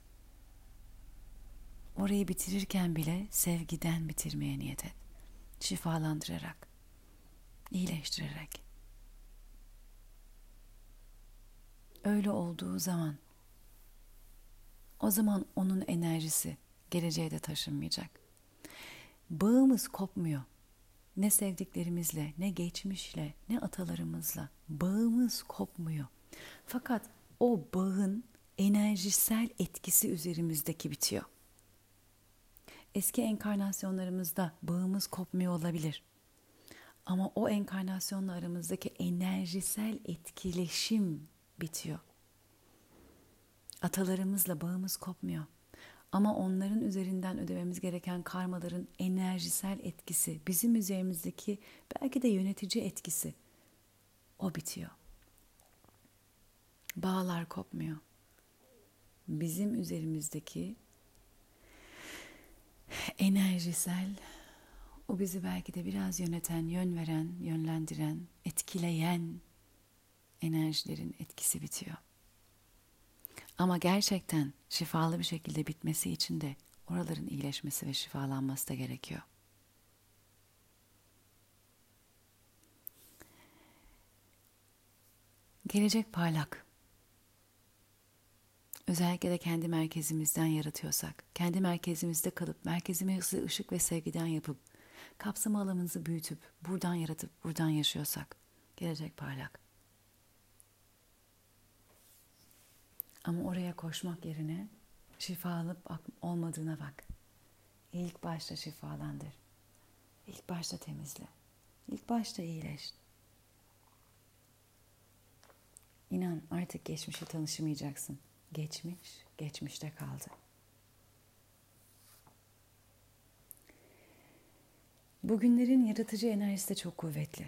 Orayı bitirirken bile sevgiden bitirmeye niyet et. Şifalandırarak, iyileştirerek. Öyle olduğu zaman O zaman onun enerjisi geleceğe de taşınmayacak. Bağımız kopmuyor. Ne sevdiklerimizle, ne geçmişle, ne atalarımızla bağımız kopmuyor. Fakat o bağın enerjisel etkisi üzerimizdeki bitiyor. Eski enkarnasyonlarımızda bağımız kopmuyor olabilir. Ama o enkarnasyonla aramızdaki enerjisel etkileşim bitiyor. Atalarımızla bağımız kopmuyor. Ama onların üzerinden ödememiz gereken karmaların enerjisel etkisi, bizim üzerimizdeki belki de yönetici etkisi, o bitiyor. Bağlar kopmuyor. Bizim üzerimizdeki enerjisel, o bizi belki de biraz yöneten, yön veren, yönlendiren, etkileyen enerjilerin etkisi bitiyor. Ama gerçekten şifalı bir şekilde bitmesi için de oraların iyileşmesi ve şifalanması da gerekiyor. Gelecek parlak. Özellikle de kendi merkezimizden yaratıyorsak, kendi merkezimizde kalıp merkezimizi ışık ve sevgiden yapıp, kapsama alanımızı büyütüp, buradan yaratıp buradan yaşıyorsak, gelecek parlak. Ama oraya koşmak yerine şifa alıp olmadığına bak. İlk başta şifalandır. İlk başta temizle. İlk başta iyileş. İnan artık geçmişe tanışamayacaksın. Geçmiş, geçmişte kaldı. Bugünlerin yaratıcı enerjisi de çok kuvvetli.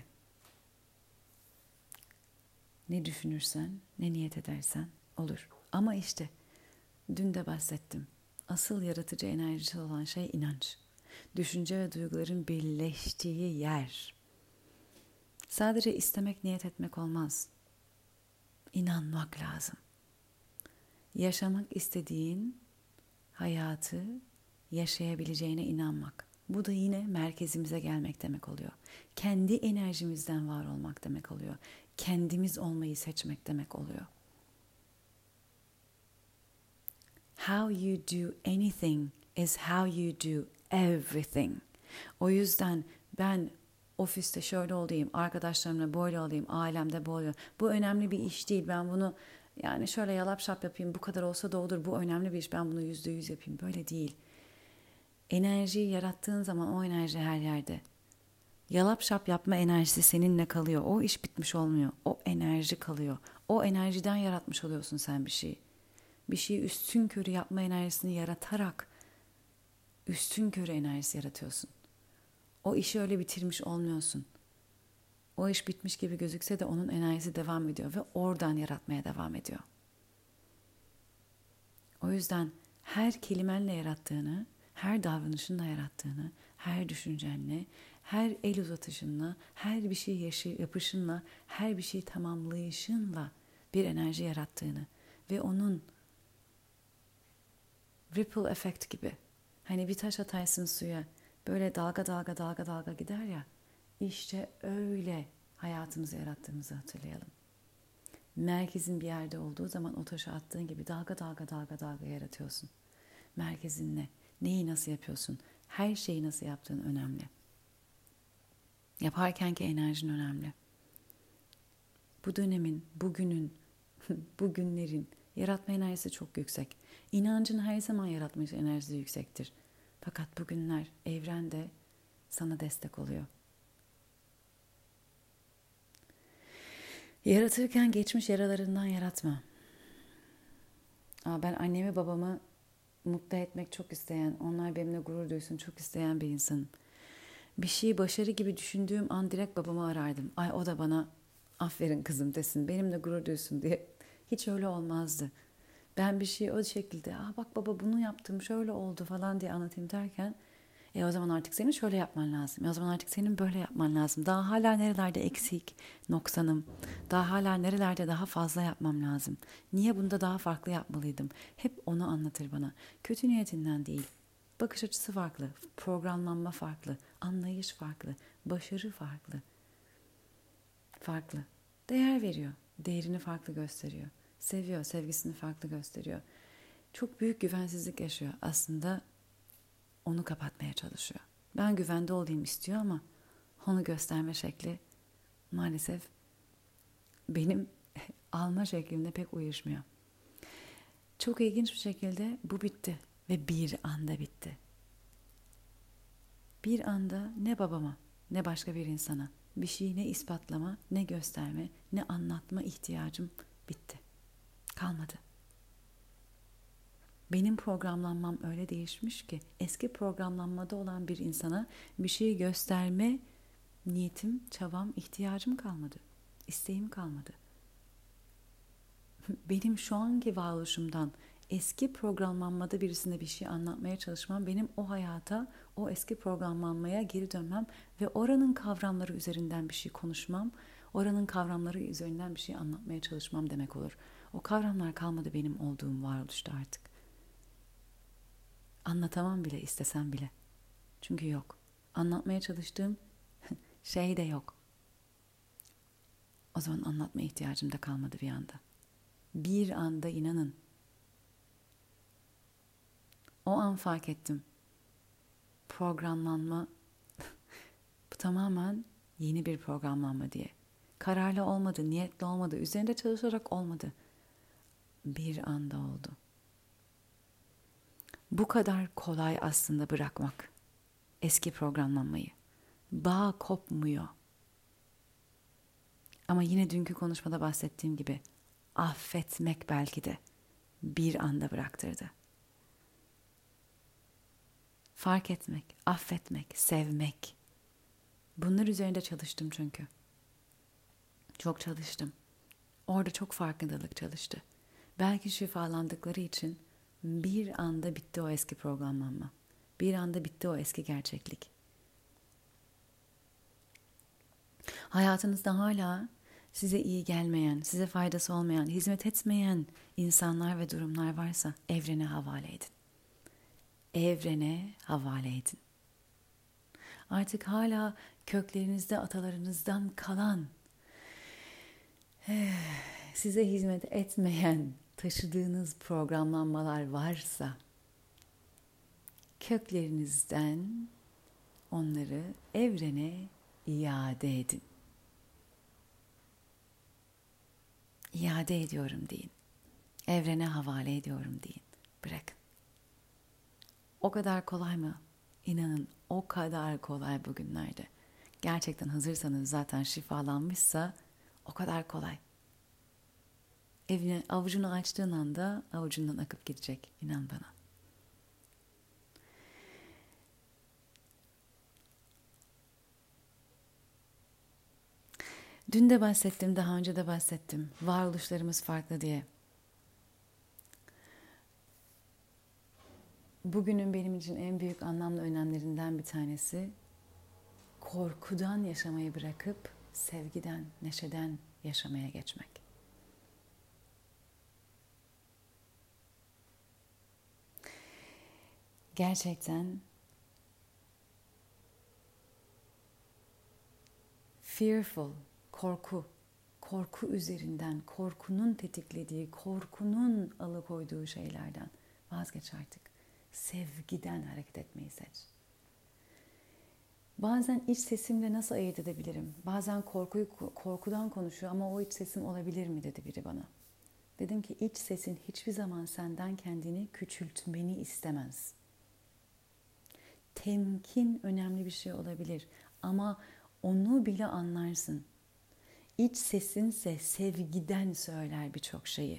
Ne düşünürsen, ne niyet edersen olur. Ama işte dün de bahsettim. Asıl yaratıcı enerjisi olan şey inanç. Düşünce ve duyguların birleştiği yer. Sadece istemek, niyet etmek olmaz. İnanmak lazım. Yaşamak istediğin hayatı yaşayabileceğine inanmak. Bu da yine merkezimize gelmek demek oluyor. Kendi enerjimizden var olmak demek oluyor. Kendimiz olmayı seçmek demek oluyor. How you do anything is how you do everything. O yüzden ben ofiste şöyle olayım, arkadaşlarımla böyle olayım, ailemde böyle. Bu önemli bir iş değil. Ben bunu yani şöyle yalap şap yapayım. Bu kadar olsa da olur. Bu önemli bir iş. Ben bunu yüzde yüz yapayım. Böyle değil. Enerjiyi yarattığın zaman o enerji her yerde. Yalap şap yapma enerjisi seninle kalıyor. O iş bitmiş olmuyor. O enerji kalıyor. O enerjiden yaratmış oluyorsun sen bir şeyi. Bir şeyi üstünkörü yapma enerjisini yaratarak üstünkörü enerjisi yaratıyorsun. O işi öyle bitirmiş olmuyorsun. O iş bitmiş gibi gözükse de onun enerjisi devam ediyor ve oradan yaratmaya devam ediyor. O yüzden her kelimenle yarattığını, her davranışınla yarattığını, her düşüncenle, her el uzatışınla, her bir şey yaşı, yapışınla, her bir şey tamamlayışınla bir enerji yarattığını ve onun ripple effect gibi, hani bir taş atarsın suya, böyle dalga dalga dalga dalga gider ya, işte öyle hayatımızı yarattığımızı hatırlayalım. Merkezin bir yerde olduğu zaman o taşı attığın gibi dalga dalga dalga dalga yaratıyorsun. Merkezin ne? Neyi nasıl yapıyorsun? Her şeyi nasıl yaptığın önemli. Yaparkenki enerjin önemli. Bu dönemin, bugünün, bugünlerin yaratma enerjisi çok yüksek. İnancın her zaman yaratma enerjisi yüksektir. Fakat bugünler evrende sana destek oluyor. Yaratırken geçmiş yaralarından yaratma. Aa, ben annemi babamı mutlu etmek çok isteyen, onlar benimle gurur duysun çok isteyen bir insanım. Bir şeyi başarı gibi düşündüğüm an direkt babamı arardım. Ay o da bana aferin kızım desin, benimle gurur duysun diye. Hiç öyle olmazdı. Ben bir şeyi o şekilde, aa bak baba bunu yaptım şöyle oldu falan diye anlatayım derken, e o zaman artık senin şöyle yapman lazım. E o zaman artık senin böyle yapman lazım. Daha hala nerelerde eksik, noksanım. Daha hala nerelerde daha fazla yapmam lazım. Niye bunda daha farklı yapmalıydım? Hep onu anlatır bana. Kötü niyetinden değil. Bakış açısı farklı, programlanma farklı, anlayış farklı, başarı farklı. Farklı. Değer veriyor. Değerini farklı gösteriyor. Seviyor, sevgisini farklı gösteriyor. çok büyük güvensizlik yaşıyor. Aslında onu kapatmaya çalışıyor. Ben güvende olayım istiyor ama onu gösterme şekli maalesef benim alma şeklimle pek uyuşmuyor. Çok ilginç bir şekilde bu bitti ve bir anda bitti. Bir anda ne babama ne başka bir insana bir şeyi ne ispatlama, ne gösterme, ne anlatma ihtiyacım bitti. Kalmadı. Benim programlanmam öyle değişmiş ki eski programlanmada olan bir insana bir şey gösterme niyetim, çabam, ihtiyacım kalmadı. İsteğim kalmadı. Benim şu anki varoluşumdan eski programlanmada birisine bir şey anlatmaya çalışmam, benim o hayata, o eski programlanmaya geri dönmem ve oranın kavramları üzerinden bir şey konuşmam, oranın kavramları üzerinden bir şey anlatmaya çalışmam demek olur. O kavramlar kalmadı benim olduğum varoluşta artık. Anlatamam bile istesem bile. Çünkü yok. Anlatmaya çalıştığım şey de yok. O zaman anlatma ihtiyacım da kalmadı bir anda. Bir anda inanın. O an fark ettim. Programlanma bu tamamen yeni bir programlanma diye. Kararlı olmadı, niyetli olmadı, üzerinde çalışarak olmadı. Bir anda oldu. Bu kadar kolay aslında bırakmak eski programlanmayı. Bağ kopmuyor. Ama yine dünkü konuşmada bahsettiğim gibi affetmek belki de bir anda bıraktırdı. Fark etmek, affetmek, sevmek. Bunlar üzerinde çalıştım çünkü. Çok çalıştım. Orada çok farkındalık çalıştı. Belki şifalandıkları için bir anda bitti o eski programlanma. Bir anda bitti o eski gerçeklik. Hayatınızda hala size iyi gelmeyen, size faydası olmayan, hizmet etmeyen insanlar ve durumlar varsa evrene havale edin. Evrene havale edin. Artık hala köklerinizde atalarınızdan kalan, size hizmet etmeyen, taşıdığınız programlanmalar varsa köklerinizden onları evrene iade edin. İade ediyorum deyin. Evrene havale ediyorum deyin. Bırakın. O kadar kolay mı? İnanın o kadar kolay bugünlerde. Gerçekten hazırsanız, zaten şifalanmışsa o kadar kolay. Evine avucunu açtığın anda avucundan akıp gidecek. İnan bana. Dün de bahsettim, daha önce de bahsettim. Varoluşlarımız farklı diye. Bugünün benim için en büyük anlamlı önemlerinden bir tanesi korkudan yaşamayı bırakıp sevgiden, neşeden yaşamaya geçmek. Gerçekten fearful, korku, korku üzerinden, korkunun tetiklediği, korkunun alıkoyduğu şeylerden vazgeç artık. Sevgiden hareket etmeyi seç. Bazen iç sesimle nasıl ayırt edebilirim? Bazen korkuyu korkudan konuşuyor ama o iç sesim olabilir mi dedi biri bana. Dedim ki iç sesin hiçbir zaman senden kendini küçültmeni istemez. Temkin önemli bir şey olabilir ama onu bile anlarsın. İç sesinse sevgiden söyler birçok şeyi.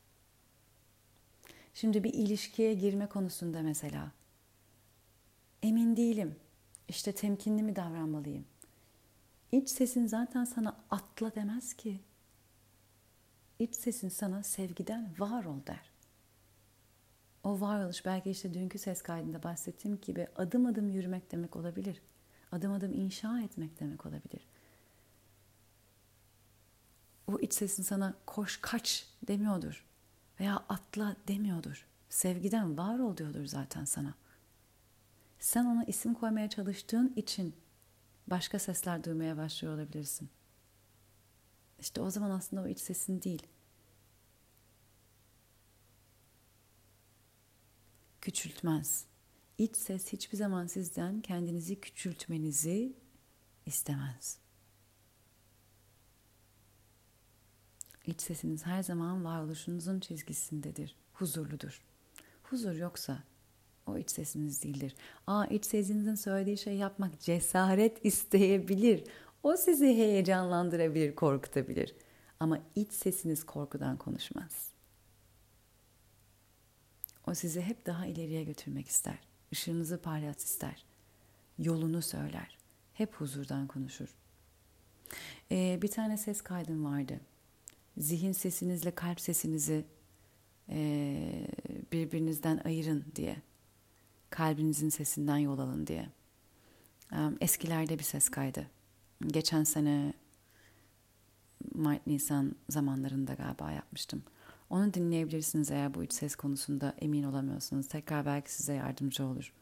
Şimdi bir ilişkiye girme konusunda mesela emin değilim. İşte temkinli mi davranmalıyım? İç sesin zaten sana atla demez ki. İç sesin sana sevgiden var ol der. O varoluş belki işte dünkü ses kaydında bahsettiğim gibi adım adım yürümek demek olabilir. Adım adım inşa etmek demek olabilir. O iç sesin sana koş kaç demiyordur. Veya atla demiyordur. Sevgiden var ol diyordur zaten sana. Sen ona isim koymaya çalıştığın için başka sesler duymaya başlıyor olabilirsin. İşte o zaman aslında o iç sesin değil. küçültmez. İç ses hiçbir zaman sizden kendinizi küçültmenizi istemez. İç sesiniz her zaman varoluşunuzun çizgisindedir, huzurludur. Huzur yoksa o iç sesiniz değildir. Aa, iç sesinizin söylediği şey yapmak cesaret isteyebilir. O sizi heyecanlandırabilir, korkutabilir. Ama iç sesiniz korkudan konuşmaz. O sizi hep daha ileriye götürmek ister. Işığınızı parlat ister. Yolunu söyler. Hep huzurdan konuşur. Ee, bir tane ses kaydım vardı. Zihin sesinizle kalp sesinizi e, birbirinizden ayırın diye. Kalbinizin sesinden yol alın diye. Eskilerde bir ses kaydı. Geçen sene Mart Nisan zamanlarında galiba yapmıştım. Onu dinleyebilirsiniz eğer bu iç ses konusunda emin olamıyorsanız. Tekrar belki size yardımcı olur.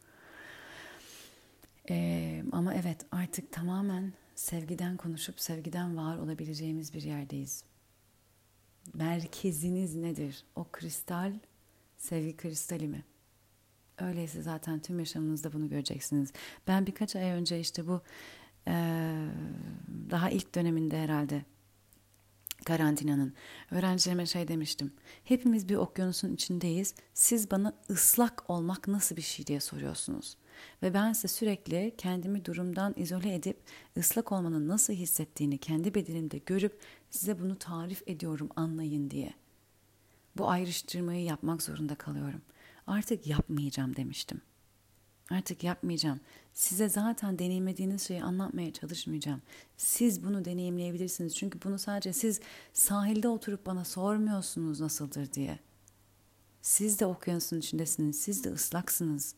Ee, ama evet, artık tamamen sevgiden konuşup sevgiden var olabileceğimiz bir yerdeyiz. Merkeziniz nedir? O kristal, sevgi kristali mi? Öyleyse zaten tüm yaşamınızda bunu göreceksiniz. Ben birkaç ay önce işte bu e, daha ilk döneminde herhalde karantinanın öğrencilerime şey demiştim. Hepimiz bir okyanusun içindeyiz. Siz bana ıslak olmak nasıl bir şey diye soruyorsunuz. Ve ben size sürekli kendimi durumdan izole edip ıslak olmanın nasıl hissettiğini kendi bedenimde görüp size bunu tarif ediyorum, anlayın diye. Bu ayrıştırmayı yapmak zorunda kalıyorum. Artık yapmayacağım demiştim. Artık yapmayacağım. Size zaten deneyimlediğiniz şeyi anlatmaya çalışmayacağım. Siz bunu deneyimleyebilirsiniz. Çünkü bunu sadece siz sahilde oturup bana sormuyorsunuz nasıldır diye. Siz de okyanusun içindesiniz. Siz de ıslaksınız.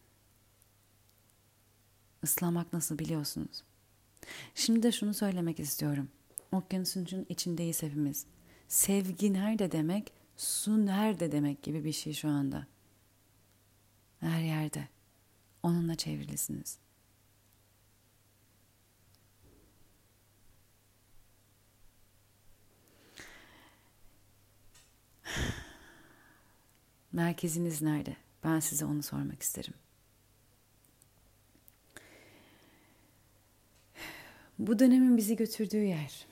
Islamak nasıl biliyorsunuz. Şimdi de şunu söylemek istiyorum. Okyanusun içindeyiz hepimiz. Sevgi nerede demek, su nerede demek gibi bir şey şu anda. Her yerde. Onunla çevrilisiniz. Merkeziniz nerede? Ben size onu sormak isterim. Bu dönemin bizi götürdüğü yer.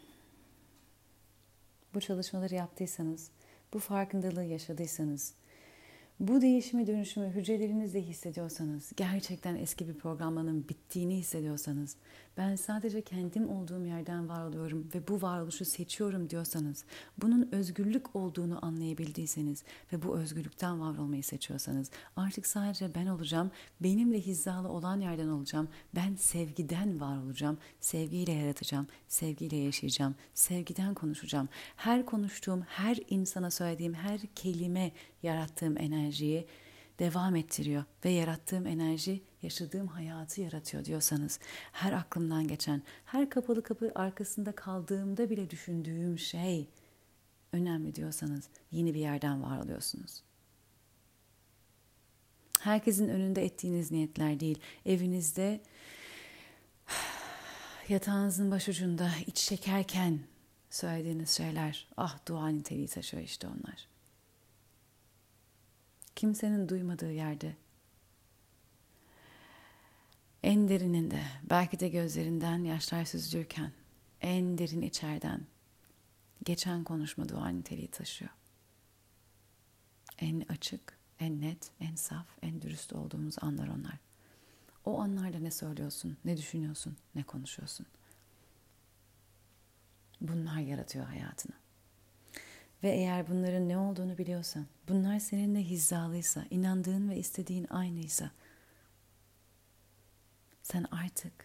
Bu çalışmaları yaptıysanız, bu farkındalığı yaşadıysanız, bu değişimi dönüşümü hücrelerinizde hissediyorsanız, gerçekten eski bir programlanın bittiğini hissediyorsanız, ben sadece kendim olduğum yerden var oluyorum ve bu varoluşu seçiyorum diyorsanız, bunun özgürlük olduğunu anlayabildiyseniz ve bu özgürlükten var olmayı seçiyorsanız, artık sadece ben olacağım, benimle hizalı olan yerden olacağım, ben sevgiden var olacağım, sevgiyle yaratacağım, sevgiyle yaşayacağım, sevgiden konuşacağım. Her konuştuğum, her insana söylediğim her kelime yarattığım enerjiyi devam ettiriyor ve yarattığım enerji yaşadığım hayatı yaratıyor diyorsanız, her aklımdan geçen, her kapalı kapı arkasında kaldığımda bile düşündüğüm şey önemli diyorsanız yeni bir yerden var oluyorsunuz. Herkesin önünde ettiğiniz niyetler değil, evinizde yatağınızın başucunda iç çekerken söylediğiniz şeyler, ah dua niteliği taşıyor işte onlar. Kimsenin duymadığı yerde, en derininde, belki de gözlerinden yaşlar süzülürken, en derin içeriden geçen konuşma dua niteliği taşıyor. En açık, en net, en saf, en dürüst olduğumuz anlar onlar. O anlarda ne söylüyorsun, ne düşünüyorsun, ne konuşuyorsun? Bunlar yaratıyor hayatını. Ve eğer bunların ne olduğunu biliyorsan, bunlar seninle hizalıysa, inandığın ve istediğin aynıysa, sen artık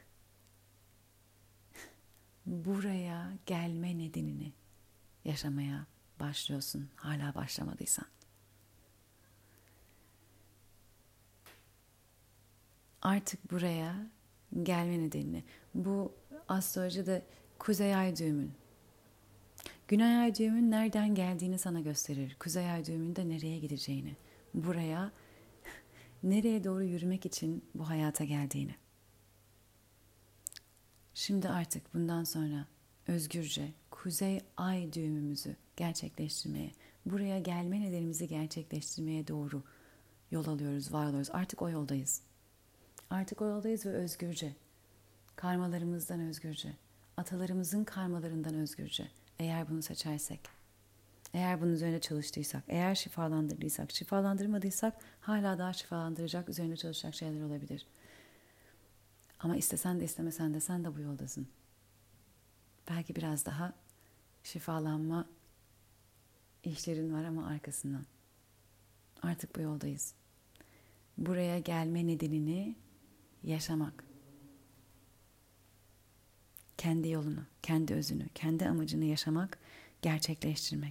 buraya gelme nedenini yaşamaya başlıyorsun, hala başlamadıysan. Artık buraya gelme nedenini, bu astrolojide kuzey ay düğümün, güney ay düğümün nereden geldiğini sana gösterir. Kuzey ay düğümün de nereye gideceğini, buraya nereye doğru yürümek için bu hayata geldiğini. Şimdi artık bundan sonra özgürce kuzey ay düğümümüzü gerçekleştirmeye, buraya gelme nedenimizi gerçekleştirmeye doğru yol alıyoruz, var oluyoruz. Artık o yoldayız. Artık o yoldayız ve özgürce. Karmalarımızdan özgürce. Atalarımızın karmalarından özgürce. Eğer bunu seçersek. Eğer bunun üzerine çalıştıysak. Eğer şifalandırdıysak. Şifalandırmadıysak hala daha şifalandıracak, üzerine çalışacak şeyler olabilir. Ama istesen de istemesen de sen de bu yoldasın. Belki biraz daha şifalanma işlerin var ama arkasından. Artık bu yoldayız. Buraya gelme nedenini yaşamak. Kendi yolunu, kendi özünü, kendi amacını yaşamak, gerçekleştirmek.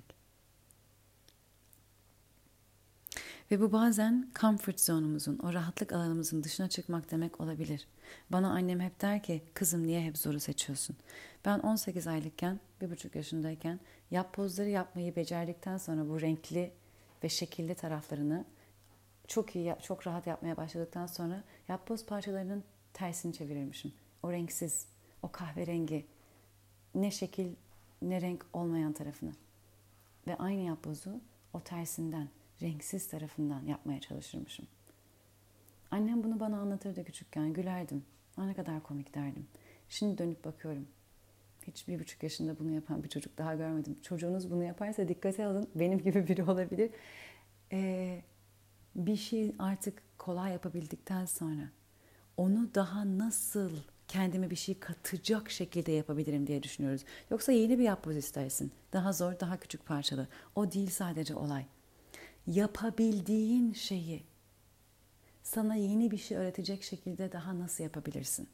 Ve bu bazen comfort zone'umuzun, o rahatlık alanımızın dışına çıkmak demek olabilir. Bana annem hep der ki, kızım niye hep zoru seçiyorsun? Ben on sekiz aylıkken, bir buçuk yaşındayken yap pozları yapmayı becerdikten sonra bu renkli ve şekilli taraflarını çok iyi, çok rahat yapmaya başladıktan sonra yapboz parçalarının tersini çevirirmişim. O renksiz, o kahverengi, ne şekil ne renk olmayan tarafını. Ve aynı yapbozu o tersinden, renksiz tarafından yapmaya çalışırmışım. Annem bunu bana anlatırdı küçükken, gülerdim. Ne kadar komik derdim. Şimdi dönüp bakıyorum. Hiç bir buçuk yaşında bunu yapan bir çocuk daha görmedim. Çocuğunuz bunu yaparsa dikkate alın. Benim gibi biri olabilir. Ee, bir şey artık kolay yapabildikten sonra onu daha nasıl kendime bir şey katacak şekilde yapabilirim diye düşünüyoruz. Yoksa yeni bir yapboz istersin. Daha zor, daha küçük parçalı. O değil sadece olay. Yapabildiğin şeyi sana yeni bir şey öğretecek şekilde daha nasıl yapabilirsin?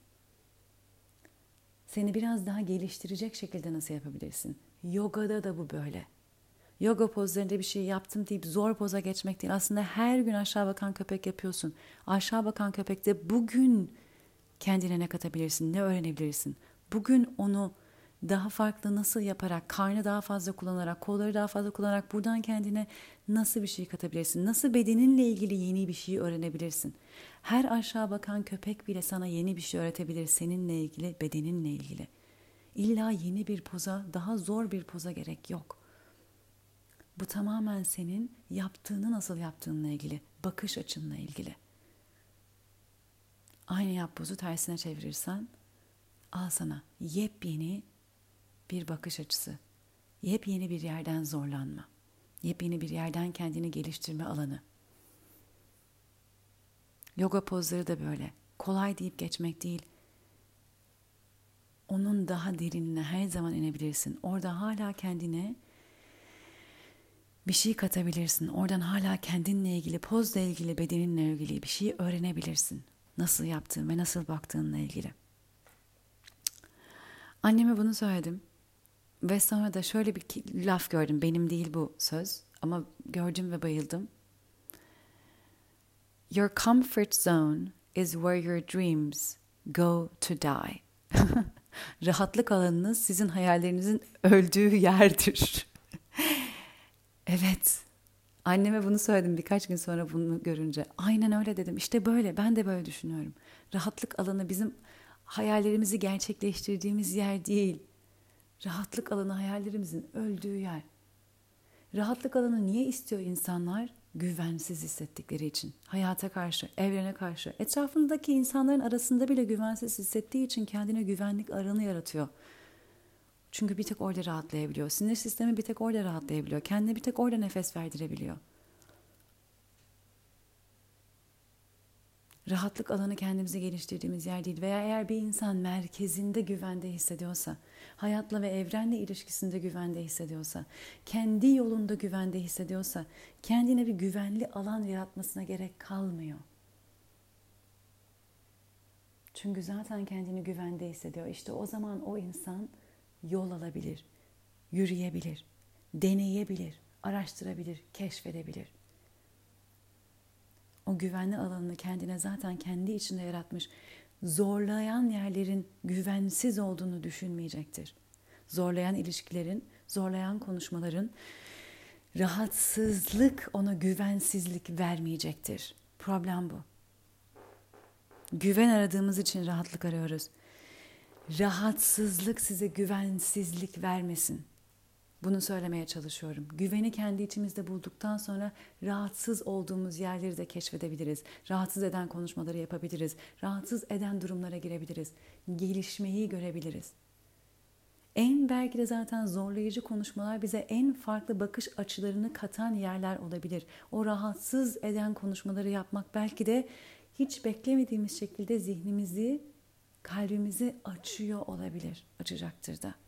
Seni biraz daha geliştirecek şekilde nasıl yapabilirsin? Yogada da bu böyle. Yoga pozlarında bir şey yaptım deyip zor poza geçmek değil. Aslında her gün aşağı bakan köpek yapıyorsun. Aşağı bakan köpekte bugün kendine ne katabilirsin, ne öğrenebilirsin? Bugün onu daha farklı nasıl yaparak, karnı daha fazla kullanarak, kolları daha fazla kullanarak buradan kendine nasıl bir şey katabilirsin? Nasıl bedeninle ilgili yeni bir şey öğrenebilirsin? Her aşağı bakan köpek bile sana yeni bir şey öğretebilir seninle ilgili, bedeninle ilgili. İlla yeni bir poza, daha zor bir poza gerek yok. Bu tamamen senin yaptığını nasıl yaptığınla ilgili, bakış açınla ilgili. Aynı yapbozu tersine çevirirsen, al sana yepyeni bir bakış açısı, yepyeni bir yerden zorlanma, yepyeni bir yerden kendini geliştirme alanı. Yoga pozları da böyle. Kolay deyip geçmek değil. Onun daha derinine her zaman inebilirsin. Orada hala kendine bir şey katabilirsin. Oradan hala kendinle ilgili, pozla ilgili, bedeninle ilgili bir şey öğrenebilirsin. Nasıl yaptığın ve nasıl baktığınla ilgili. Anneme bunu söyledim. Ve sonra da şöyle bir laf gördüm. Benim değil bu söz. Ama gördüm ve bayıldım. Your comfort zone is where your dreams go to die. Rahatlık alanınız sizin hayallerinizin öldüğü yerdir. Evet. Anneme bunu söyledim birkaç gün sonra bunu görünce. Aynen öyle dedim. İşte böyle. Ben de böyle düşünüyorum. Rahatlık alanı bizim hayallerimizi gerçekleştirdiğimiz yer değil. Rahatlık alanı hayallerimizin öldüğü yer. Rahatlık alanı niye istiyor insanlar? Güvensiz hissettikleri için. Hayata karşı, evrene karşı. Etrafındaki insanların arasında bile güvensiz hissettiği için kendine güvenlik alanı yaratıyor. Çünkü bir tek orada rahatlayabiliyor. Sinir sistemi bir tek orada rahatlayabiliyor. Kendine bir tek orada nefes verdirebiliyor. Rahatlık alanı kendimizi geliştirdiğimiz yer değil. Veya eğer bir insan merkezinde güvende hissediyorsa, hayatla ve evrenle ilişkisinde güvende hissediyorsa, kendi yolunda güvende hissediyorsa, kendine bir güvenli alan yaratmasına gerek kalmıyor. Çünkü zaten kendini güvende hissediyor. İşte o zaman o insan yol alabilir, yürüyebilir, deneyebilir, araştırabilir, keşfedebilir. O güvenli alanını kendine zaten kendi içinde yaratmış, zorlayan yerlerin güvensiz olduğunu düşünmeyecektir. Zorlayan ilişkilerin, zorlayan konuşmaların, rahatsızlık ona güvensizlik vermeyecektir. Problem bu. Güven aradığımız için rahatlık arıyoruz. Rahatsızlık size güvensizlik vermesin. Bunu söylemeye çalışıyorum. Güveni kendi içimizde bulduktan sonra rahatsız olduğumuz yerleri de keşfedebiliriz. Rahatsız eden konuşmaları yapabiliriz. Rahatsız eden durumlara girebiliriz. Gelişmeyi görebiliriz. En belki de zaten zorlayıcı konuşmalar bize en farklı bakış açılarını katan yerler olabilir. O rahatsız eden konuşmaları yapmak belki de hiç beklemediğimiz şekilde zihnimizi, kalbimizi açıyor olabilir, açacaktır da.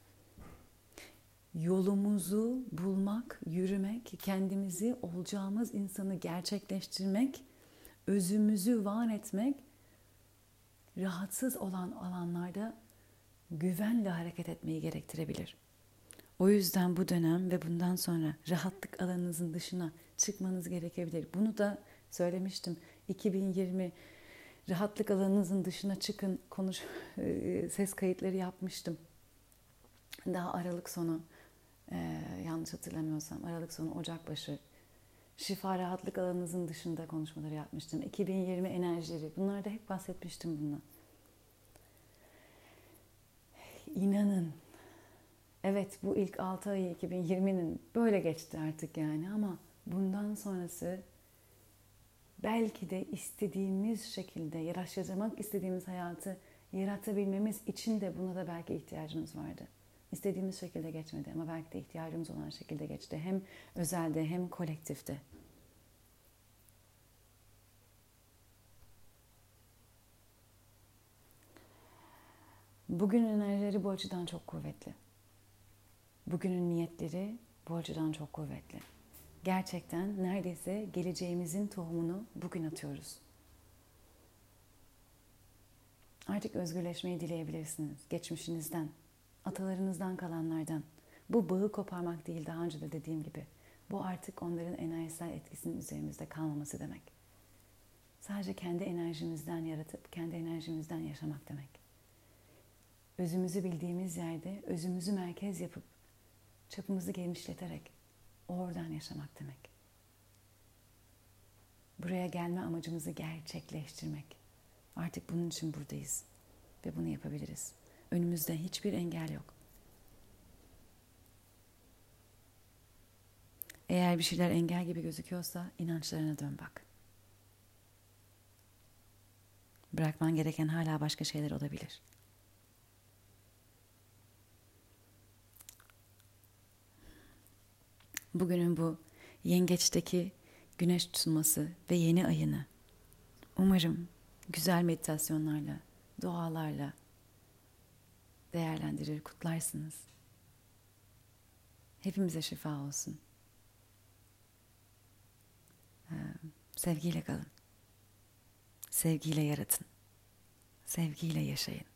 Yolumuzu bulmak, yürümek, kendimizi, olacağımız insanı gerçekleştirmek, özümüzü var etmek, rahatsız olan alanlarda güvenle hareket etmeyi gerektirebilir. O yüzden bu dönem ve bundan sonra rahatlık alanınızın dışına çıkmanız gerekebilir. Bunu da söylemiştim. iki bin yirmi rahatlık alanınızın dışına çıkın konuş ses kayıtları yapmıştım. Daha Aralık sonu, e, yanlış hatırlamıyorsam Aralık sonu Ocak başı şifa rahatlık alanınızın dışında konuşmaları yapmıştım. iki bin yirmi enerjileri, bunlarda hep bahsetmiştim bundan. İnanın, evet bu ilk altı ayı iki bin yirminin böyle geçti artık yani, ama bundan sonrası belki de istediğimiz şekilde yaşamak istediğimiz hayatı yaratabilmemiz için de buna da belki ihtiyacımız vardı. İstediğimiz şekilde geçmedi ama belki de ihtiyacımız olan şekilde geçti. Hem özelde hem kolektifte. Bugünün enerjileri bu açıdan çok kuvvetli. Bugünün niyetleri bu açıdan çok kuvvetli. Gerçekten neredeyse geleceğimizin tohumunu bugün atıyoruz. Artık özgürleşmeyi dileyebilirsiniz. Geçmişinizden, atalarınızdan kalanlardan. Bu bağı koparmak değil, daha önce de dediğim gibi. Bu artık onların enerjisel etkisinin üzerimizde kalmaması demek. Sadece kendi enerjimizden yaratıp kendi enerjimizden yaşamak demek. Özümüzü bildiğimiz yerde özümüzü merkez yapıp çapımızı genişleterek oradan yaşamak demek. Buraya gelme amacımızı gerçekleştirmek. Artık bunun için buradayız ve bunu yapabiliriz. Önümüzde hiçbir engel yok. Eğer bir şeyler engel gibi gözüküyorsa inançlarına dön bak. Bırakman gereken hala başka şeyler olabilir. Bugünün bu yengeçteki güneş tutulması ve yeni ayını umarım güzel meditasyonlarla, dualarla değerlendirir, kutlarsınız. Hepimize şifa olsun. Sevgiyle kalın. Sevgiyle yaratın. Sevgiyle yaşayın.